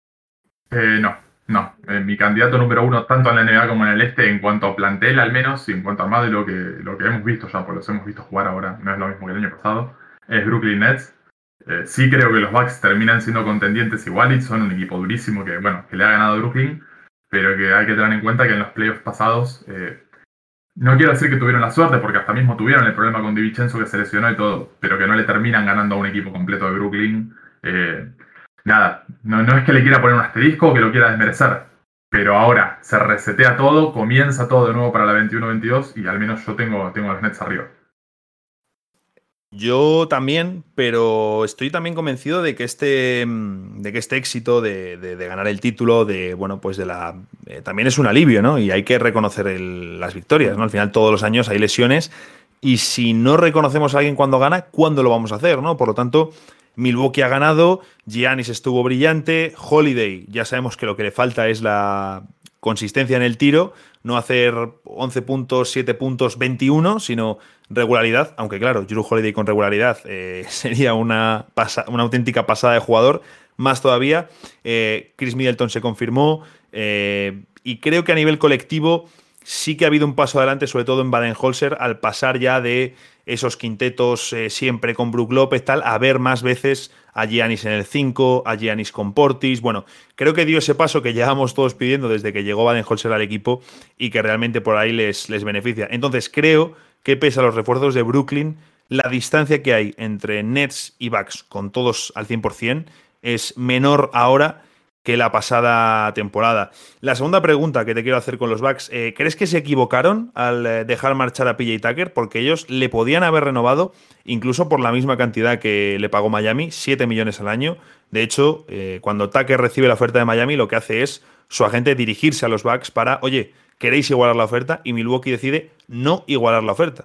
Eh, no. No, eh, mi candidato número uno tanto en la N B A como en el este en cuanto a plantel al menos y en cuanto a más de lo que, lo que hemos visto ya, pues los hemos visto jugar ahora, no es lo mismo que el año pasado, es Brooklyn Nets. Eh, sí creo que los Bucks terminan siendo contendientes igual y son un equipo durísimo que, bueno, que le ha ganado a Brooklyn, pero que hay que tener en cuenta que en los playoffs pasados, eh, no quiero decir que tuvieron la suerte porque hasta mismo tuvieron el problema con DiVincenzo que se lesionó y todo, pero que no le terminan ganando a un equipo completo de Brooklyn. Eh, Nada, no, no es que le quiera poner un asterisco o que lo quiera desmerecer, pero ahora se resetea todo, comienza todo de nuevo para la veintiuno veintidós y al menos yo tengo, tengo a los Nets arriba. Yo también, pero estoy también convencido de que este, de que este éxito de, de, de ganar el título, de bueno, pues de la eh, también es un alivio, ¿no? Y hay que reconocer el, las victorias, ¿no? Al final todos los años hay lesiones y si no reconocemos a alguien cuando gana, ¿cuándo lo vamos a hacer, no? Por lo tanto, Milwaukee ha ganado, Giannis estuvo brillante, Holiday, ya sabemos que lo que le falta es la consistencia en el tiro, no hacer once puntos, siete puntos, veintiuno, sino regularidad, aunque claro, Jrue Holiday con regularidad eh, sería una, pasa, una auténtica pasada de jugador, más todavía, eh, Chris Middleton se confirmó eh, y creo que a nivel colectivo sí que ha habido un paso adelante, sobre todo en Baden-Holzer, al pasar ya de esos quintetos eh, siempre con Brook López, tal, a ver más veces a Giannis en el cinco, a Giannis con Portis. Bueno, creo que dio ese paso que llevamos todos pidiendo desde que llegó Baden-Holzer al equipo y que realmente por ahí les, les beneficia. Entonces creo que pese a los refuerzos de Brooklyn, la distancia que hay entre Nets y Bucks, con todos al cien por ciento, es menor ahora que la pasada temporada. La segunda pregunta que te quiero hacer con los Bucks, eh, ¿crees que se equivocaron al eh, dejar marchar a P J Tucker? Porque ellos le podían haber renovado incluso por la misma cantidad que le pagó Miami, siete millones al año. De hecho, eh, cuando Tucker recibe la oferta de Miami, lo que hace es su agente dirigirse a los Bucks para, oye, ¿queréis igualar la oferta? Y Milwaukee decide no igualar la oferta.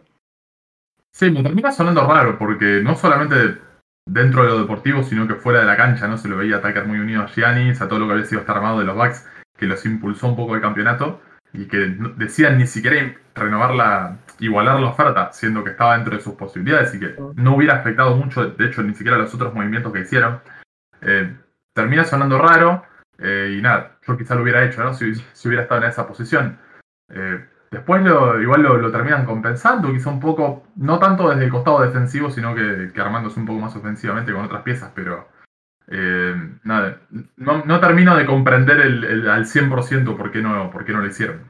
Sí, me termina sonando raro porque no solamente dentro de lo deportivo, sino que fuera de la cancha, ¿no? Se lo veía a Tucker muy unido a Giannis, a todo lo que había sido este armado de los Bucks, que los impulsó un poco el campeonato y que decían ni siquiera renovar la, igualar la oferta, siendo que estaba dentro de sus posibilidades y que no hubiera afectado mucho, de hecho, ni siquiera los otros movimientos que hicieron. Eh, termina sonando raro eh, y nada, yo quizá lo hubiera hecho, ¿no? Si, si hubiera estado en esa posición. Eh, Después lo, igual lo, lo terminan compensando, quizá un poco, no tanto desde el costado defensivo, sino que, que armándose un poco más ofensivamente con otras piezas, pero eh, nada, no, no termino de comprender el, el, al cien por ciento por qué no, por qué no lo hicieron.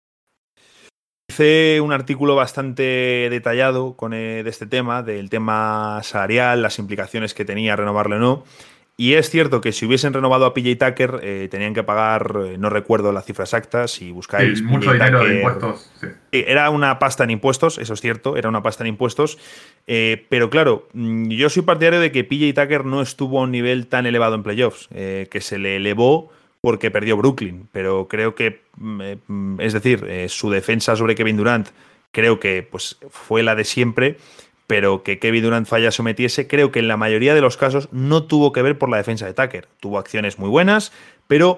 Hice un artículo bastante detallado con, eh, de este tema, del tema salarial, las implicaciones que tenía renovarlo o no. Y es cierto que si hubiesen renovado a P J Tucker, eh, tenían que pagar, eh, no recuerdo la cifra exacta, si buscáis. Sí, mucho dinero Tucker, de impuestos. Sí. Era una pasta en impuestos, eso es cierto, era una pasta en impuestos. Eh, pero claro, yo soy partidario de que P J Tucker no estuvo a un nivel tan elevado en playoffs, eh, que se le elevó porque perdió Brooklyn. Pero creo que, eh, es decir, eh, su defensa sobre Kevin Durant, creo que pues, fue la de siempre. Pero que Kevin Durant falla sometiese, creo que en la mayoría de los casos no tuvo que ver por la defensa de Tucker. Tuvo acciones muy buenas, pero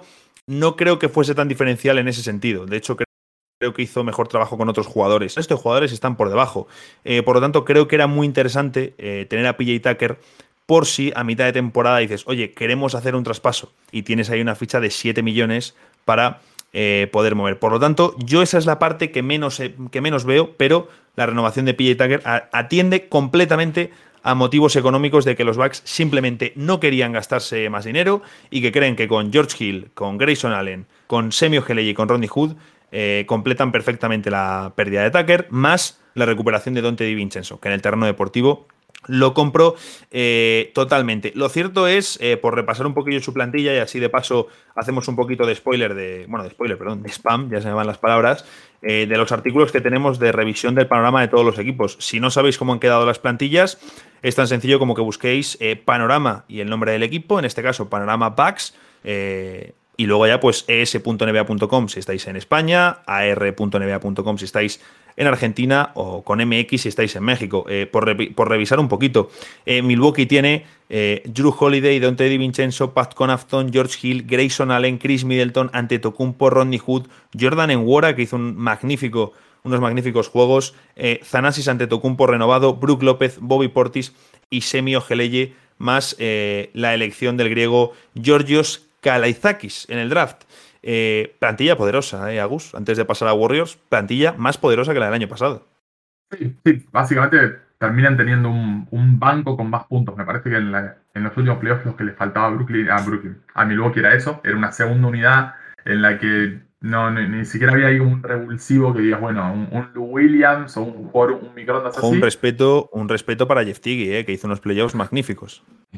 no creo que fuese tan diferencial en ese sentido. De hecho, creo creo que hizo mejor trabajo con otros jugadores. Estos jugadores están por debajo. Eh, por lo tanto, creo que era muy interesante eh, tener a P J Tucker por si a mitad de temporada dices, oye, queremos hacer un traspaso y tienes ahí una ficha de siete millones para eh, poder mover. Por lo tanto, yo esa es la parte que menos, eh, que menos veo, pero la renovación de P J Tucker a, atiende completamente a motivos económicos de que los Bucks simplemente no querían gastarse más dinero y que creen que con George Hill, con Grayson Allen, con Semi Ojeleye y con Rodney Hood eh, completan perfectamente la pérdida de Tucker, más la recuperación de Donte DiVincenzo, que en el terreno deportivo lo compro eh, totalmente. Lo cierto es, eh, por repasar un poquillo su plantilla y así de paso hacemos un poquito de spoiler, de bueno, de spoiler, perdón, de spam, ya se me van las palabras, eh, de los artículos que tenemos de revisión del panorama de todos los equipos. Si no sabéis cómo han quedado las plantillas, es tan sencillo como que busquéis eh, panorama y el nombre del equipo, en este caso panorama Bucks, eh, y luego ya pues e s punto n b a punto com si estáis en España, a r punto n b a punto com si estáis en Argentina o con M X si estáis en México. Eh, por, re por revisar un poquito, eh, Milwaukee tiene eh, Jrue Holiday, Donte DiVincenzo, Pat Connaughton, George Hill, Grayson Allen, Chris Middleton, Antetokounmpo, Rodney Hood, Jordan Nwora, que hizo un magnífico, unos magníficos juegos, eh, Thanasis Antetokounmpo renovado, Brook López, Bobby Portis y Semi Ojeleye, más eh, la elección del griego Georgios Kalaitzakis en el draft. Eh, plantilla poderosa, ¿eh, Agus? Antes de pasar a Warriors, plantilla más poderosa que la del año pasado. Sí, sí, básicamente terminan teniendo un, un banco con más puntos. Me parece que en, la, en los últimos playoffs lo que les faltaba a Brooklyn, a Brooklyn, a Milwaukee era eso, era una segunda unidad en la que no, ni, ni siquiera había ahí un revulsivo que digas, bueno, un, un Lou Williams o un jugador, un microondas así. Un respeto, un respeto para Jeff Tiggy, ¿eh? Que hizo unos playoffs magníficos.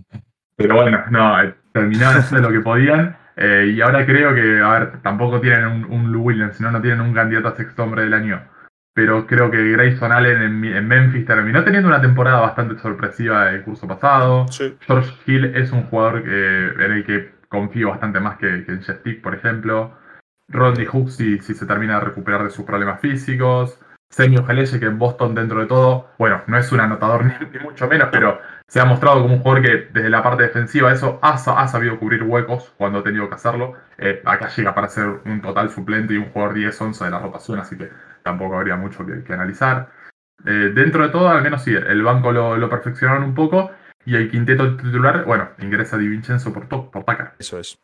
Pero bueno, no, eh, terminaron haciendo lo que podían. Eh, y ahora creo que, a ver, tampoco tienen un, un Lou Williams, sino no tienen un candidato a sexto hombre del año. Pero creo que Grayson Allen en, en Memphis terminó teniendo una temporada bastante sorpresiva el curso pasado. Sí. George Hill es un jugador que, en el que confío bastante más que, que en Jeff Teague, por ejemplo. Rodney Hood si, si se termina de recuperar de sus problemas físicos. Semi Ojeleye, que en Boston dentro de todo, bueno, no es un anotador ni, ni mucho menos, pero se ha mostrado como un jugador que desde la parte defensiva eso ha, ha sabido cubrir huecos cuando ha tenido que hacerlo. Eh, acá llega para ser un total suplente y un jugador diez once de la rotación, así que tampoco habría mucho que, que analizar. Eh, dentro de todo, al menos sí, el banco lo, lo perfeccionaron un poco y el quinteto titular, bueno, ingresa DiVincenzo por, por Tucker. Eso es.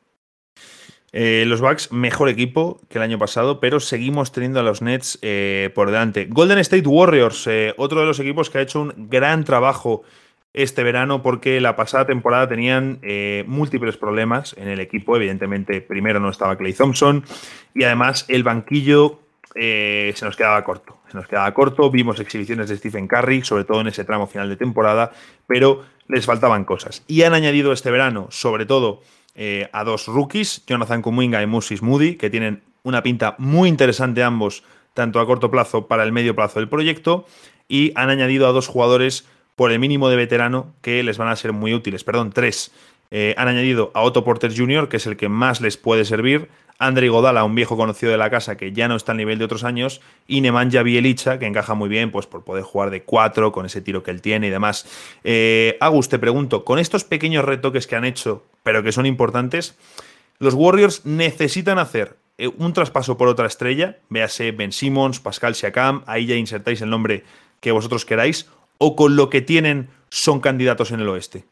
Eh, los Bucks, mejor equipo que el año pasado, pero seguimos teniendo a los Nets eh, por delante. Golden State Warriors, eh, otro de los equipos que ha hecho un gran trabajo este verano porque la pasada temporada tenían eh, múltiples problemas en el equipo. Evidentemente, primero no estaba Klay Thompson y además el banquillo eh, se nos quedaba corto. Se nos quedaba corto, vimos exhibiciones de Stephen Curry, sobre todo en ese tramo final de temporada, pero les faltaban cosas. Y han añadido este verano, sobre todo, Eh, a dos rookies, Jonathan Kuminga y Moses Moody, que tienen una pinta muy interesante ambos, tanto a corto plazo para el medio plazo del proyecto, y han añadido a dos jugadores por el mínimo de veterano que les van a ser muy útiles, perdón, tres. Eh, han añadido a Otto Porter junior, que es el que más les puede servir, Andre Iguodala, un viejo conocido de la casa que ya no está al nivel de otros años, y Nemanja Bjelica, que encaja muy bien pues, por poder jugar de cuatro con ese tiro que él tiene y demás. Eh, Agus, te pregunto, con estos pequeños retoques que han hecho, pero que son importantes, los Warriors necesitan hacer eh, un traspaso por otra estrella, véase Ben Simmons, Pascal Siakam, ahí ya insertáis el nombre que vosotros queráis, o con lo que tienen son candidatos en el oeste.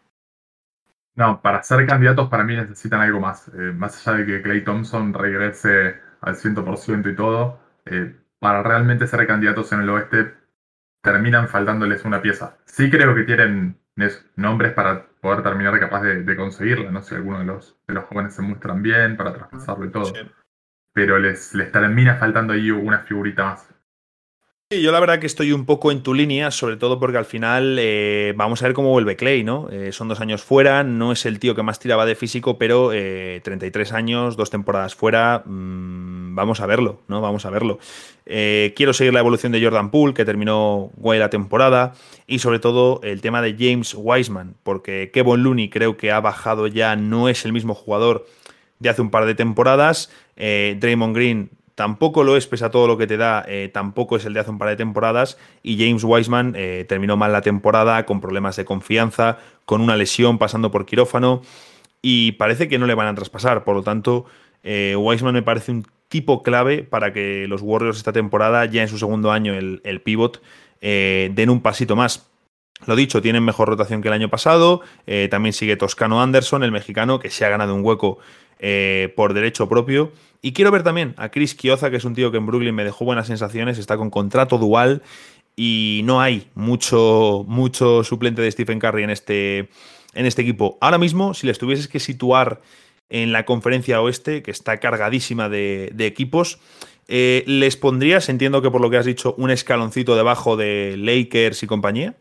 No, para ser candidatos para mí necesitan algo más. Eh, más allá de que Klay Thompson regrese al cien por ciento y todo, eh, para realmente ser candidatos en el oeste terminan faltándoles una pieza. Sí creo que tienen nombres para poder terminar capaz de, de conseguirla, no sé, si alguno de los, de los jóvenes se muestran bien para traspasarlo y todo. Sí. Pero les, les termina faltando ahí una figurita más. Sí, yo la verdad que estoy un poco en tu línea, sobre todo porque al final eh, vamos a ver cómo vuelve Klay, ¿no? Eh, son dos años fuera, no es el tío que más tiraba de físico, pero eh, treinta y tres años, dos temporadas fuera, mmm, vamos a verlo, ¿no? Vamos a verlo. Eh, quiero seguir la evolución de Jordan Poole, que terminó guay la temporada, y sobre todo el tema de James Wiseman, porque Kevon Looney creo que ha bajado ya, no es el mismo jugador de hace un par de temporadas. eh, Draymond Green tampoco lo es, pese a todo lo que te da, eh, tampoco es el de hace un par de temporadas, y James Wiseman eh, terminó mal la temporada, con problemas de confianza, con una lesión, pasando por quirófano, y parece que no le van a traspasar, por lo tanto, Eh, Wiseman me parece un tipo clave para que los Warriors esta temporada, ya en su segundo año, el, el pivot, eh, den un pasito más. Lo dicho, tienen mejor rotación que el año pasado. Eh, también sigue Toscano Anderson, el mexicano, que se ha ganado un hueco eh, por derecho propio. Y quiero ver también a Chris Chioza, que es un tío que en Brooklyn me dejó buenas sensaciones, está con contrato dual y no hay mucho, mucho suplente de Stephen Curry en este, en este equipo. Ahora mismo, si les tuvieses que situar en la conferencia oeste, que está cargadísima de, de equipos, eh, ¿les pondrías, entiendo que por lo que has dicho, un escaloncito debajo de Lakers y compañía?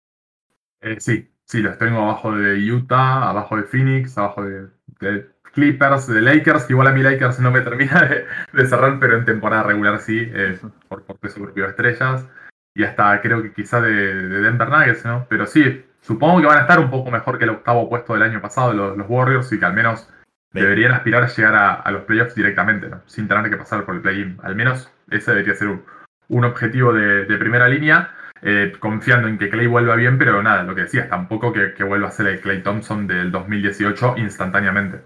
Eh, sí, sí, los tengo abajo de Utah, abajo de Phoenix, abajo de, de Clippers, de Lakers, que igual a mí Lakers no me termina de, de cerrar, pero en temporada regular sí, eh, por, por su propio de estrellas. Y hasta creo que quizá de, de Denver Nuggets, ¿no? Pero sí, supongo que van a estar un poco mejor que el octavo puesto del año pasado, los, los Warriors, y que al menos Venga. deberían aspirar a llegar a, a los playoffs directamente, ¿no? Sin tener que pasar por el play-in. Al menos ese debería ser un, un objetivo de, de primera línea. Eh, confiando en que Clay vuelva bien, pero nada, lo que decías, tampoco que, que vuelva a ser el Clay Thompson del dos mil dieciocho instantáneamente.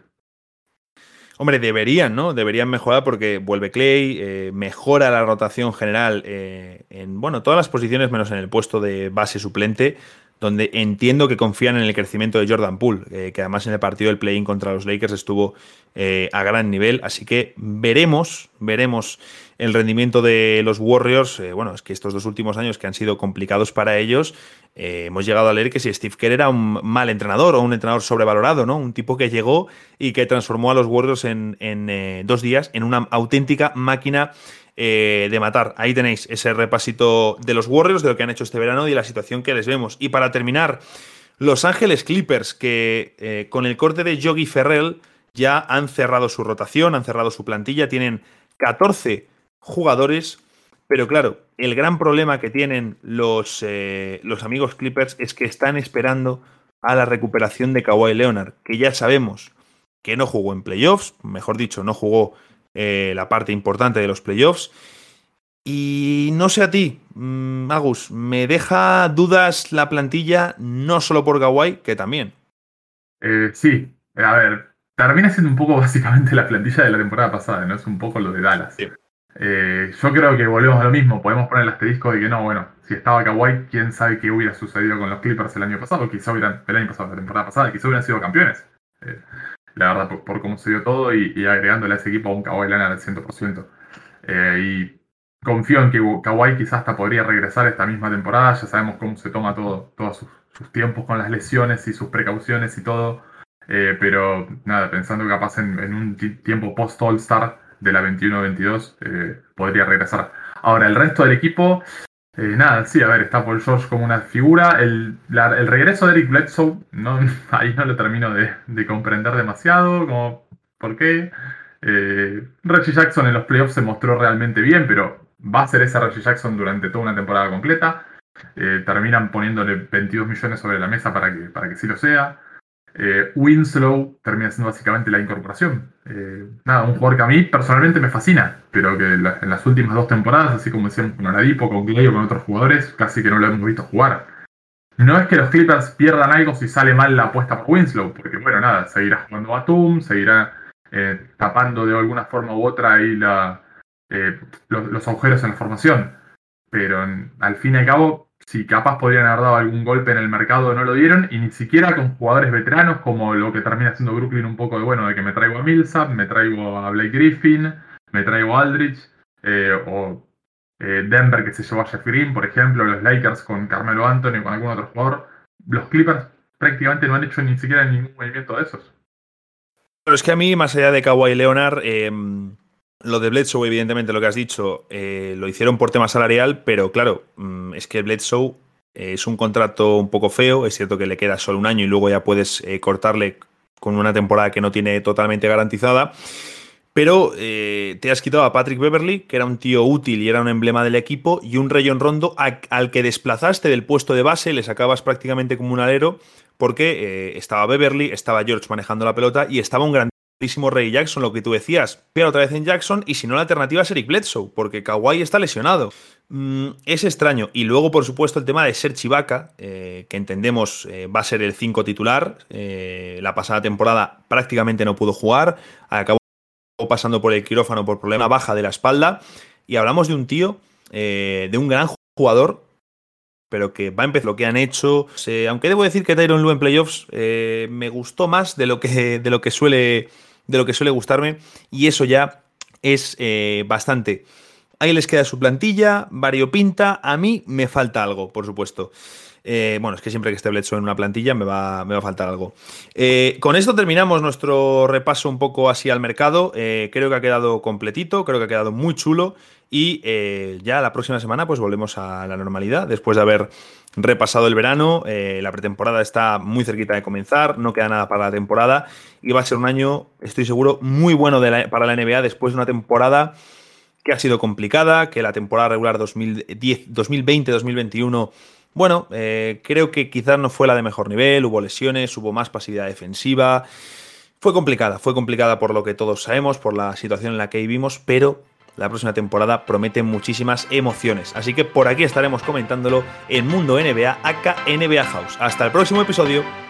Hombre, deberían, ¿no? Deberían mejorar porque vuelve Clay, eh, mejora la rotación general eh, en, bueno, todas las posiciones menos en el puesto de base suplente, donde entiendo que confían en el crecimiento de Jordan Poole, eh, que además en el partido del play-in contra los Lakers estuvo eh, a gran nivel, así que veremos, veremos el rendimiento de los Warriors. Eh, bueno, es que estos dos últimos años que han sido complicados para ellos, eh, hemos llegado a leer que si Steve Kerr era un mal entrenador o un entrenador sobrevalorado, ¿no? Un tipo que llegó y que transformó a los Warriors en, en eh, dos días en una auténtica máquina eh, de matar. Ahí tenéis ese repasito de los Warriors, de lo que han hecho este verano y de la situación que les vemos. Y para terminar, Los Ángeles Clippers, que eh, con el corte de Yogi Ferrell ya han cerrado su rotación, han cerrado su plantilla, tienen catorce jugadores, pero claro, el gran problema que tienen los, eh, los amigos Clippers es que están esperando a la recuperación de Kawhi Leonard, que ya sabemos que no jugó en playoffs, mejor dicho, no jugó eh, la parte importante de los playoffs. Y no sé a ti, mmm, Agus, me deja dudas la plantilla, no solo por Kawhi, que también. Eh, sí, a ver, termina siendo un poco básicamente la plantilla de la temporada pasada, ¿no? Es un poco lo de Dallas. Sí. Eh, yo creo que volvemos a lo mismo, podemos poner el asterisco de que no, bueno, si estaba Kawhi, quién sabe qué hubiera sucedido con los Clippers el año pasado, quizá hubieran, el año pasado, la temporada pasada, quizá hubieran sido campeones. Eh, la verdad, por, por cómo se dio todo y, y agregándole a ese equipo a un Kawhi Leonard al cien por ciento. Eh, y confío en que Kawhi quizás hasta podría regresar esta misma temporada, ya sabemos cómo se toma todo, todos sus, sus tiempos con las lesiones y sus precauciones y todo. Eh, pero nada, pensando que capaz en, en un tiempo post-All-Star de la veintiuno veintidós eh, podría regresar. Ahora, el resto del equipo, eh, nada, sí, a ver, está Paul George como una figura. El, la, el regreso de Eric Bledsoe, no, ahí no lo termino de, de comprender demasiado, como, ¿por qué? Eh, Reggie Jackson en los playoffs se mostró realmente bien, pero va a ser ese Reggie Jackson durante toda una temporada completa. Eh, terminan poniéndole veintidós millones sobre la mesa para que, para que sí lo sea. Eh, Winslow termina siendo básicamente la incorporación. Eh, nada, un jugador que a mí personalmente me fascina, pero que la, en las últimas dos temporadas, así como decíamos con Oladipo, con Clay o con otros jugadores, casi que no lo hemos visto jugar. No es que los Clippers pierdan algo si sale mal la apuesta por Winslow, porque bueno, nada, seguirá jugando Batum, seguirá eh, tapando de alguna forma u otra ahí la, eh, los, los agujeros en la formación. Pero en, al fin y al cabo, si capaz podrían haber dado algún golpe en el mercado, no lo dieron, y ni siquiera con jugadores veteranos, como lo que termina haciendo Brooklyn un poco de, bueno, de que me traigo a Millsap, me traigo a Blake Griffin, me traigo a Aldridge, eh, o eh, Denver que se llevó a Jeff Green, por ejemplo, los Lakers con Carmelo Anthony o con algún otro jugador. Los Clippers prácticamente no han hecho ni siquiera ningún movimiento de esos. Pero es que a mí, más allá de Kawhi Leonard, eh, lo de Bledsoe, evidentemente, lo que has dicho, eh, lo hicieron por tema salarial, pero claro, mm, es que Bledsoe eh, es un contrato un poco feo, es cierto que le queda solo un año y luego ya puedes eh, cortarle con una temporada que no tiene totalmente garantizada, pero eh, te has quitado a Patrick Beverley, que era un tío útil y era un emblema del equipo, y un Rayon Rondo a, al que desplazaste del puesto de base, le sacabas prácticamente como un alero, porque eh, estaba Beverley, estaba George manejando la pelota y estaba un grandísimo Ray Jackson, lo que tú decías, pero otra vez en Jackson, y si no la alternativa es Eric Bledsoe, porque Kawhi está lesionado. Mm, es extraño. Y luego, por supuesto, el tema de Serge Ibaka, eh, que entendemos eh, va a ser el cinco titular. Eh, la pasada temporada prácticamente no pudo jugar, acabó pasando por el quirófano por problema baja de la espalda. Y hablamos de un tío, eh, de un gran jugador, pero que va a empezar lo que han hecho. Eh, aunque debo decir que Tyronn Lue en playoffs eh, me gustó más de lo que, de lo que suele, de lo que suele gustarme, y eso ya es eh, bastante. Ahí les queda su plantilla, variopinta. A mí me falta algo, por supuesto. Eh, bueno, es que siempre que esté Bledsoe en una plantilla me va, me va a faltar algo. Eh, con esto terminamos nuestro repaso un poco así al mercado. Eh, creo que ha quedado completito, creo que ha quedado muy chulo. Y eh, ya la próxima semana pues volvemos a la normalidad. Después de haber repasado el verano, eh, la pretemporada está muy cerquita de comenzar, no queda nada para la temporada. Y va a ser un año, estoy seguro, muy bueno de la, para la N B A después de una temporada que ha sido complicada, que la temporada regular dos mil diez, dos mil veinte dos mil veintiuno, bueno, eh, creo que quizás no fue la de mejor nivel, hubo lesiones, hubo más pasividad defensiva, fue complicada, fue complicada por lo que todos sabemos, por la situación en la que vivimos, pero la próxima temporada promete muchísimas emociones, así que por aquí estaremos comentándolo en Mundo N B A, aka N B A House. Hasta el próximo episodio.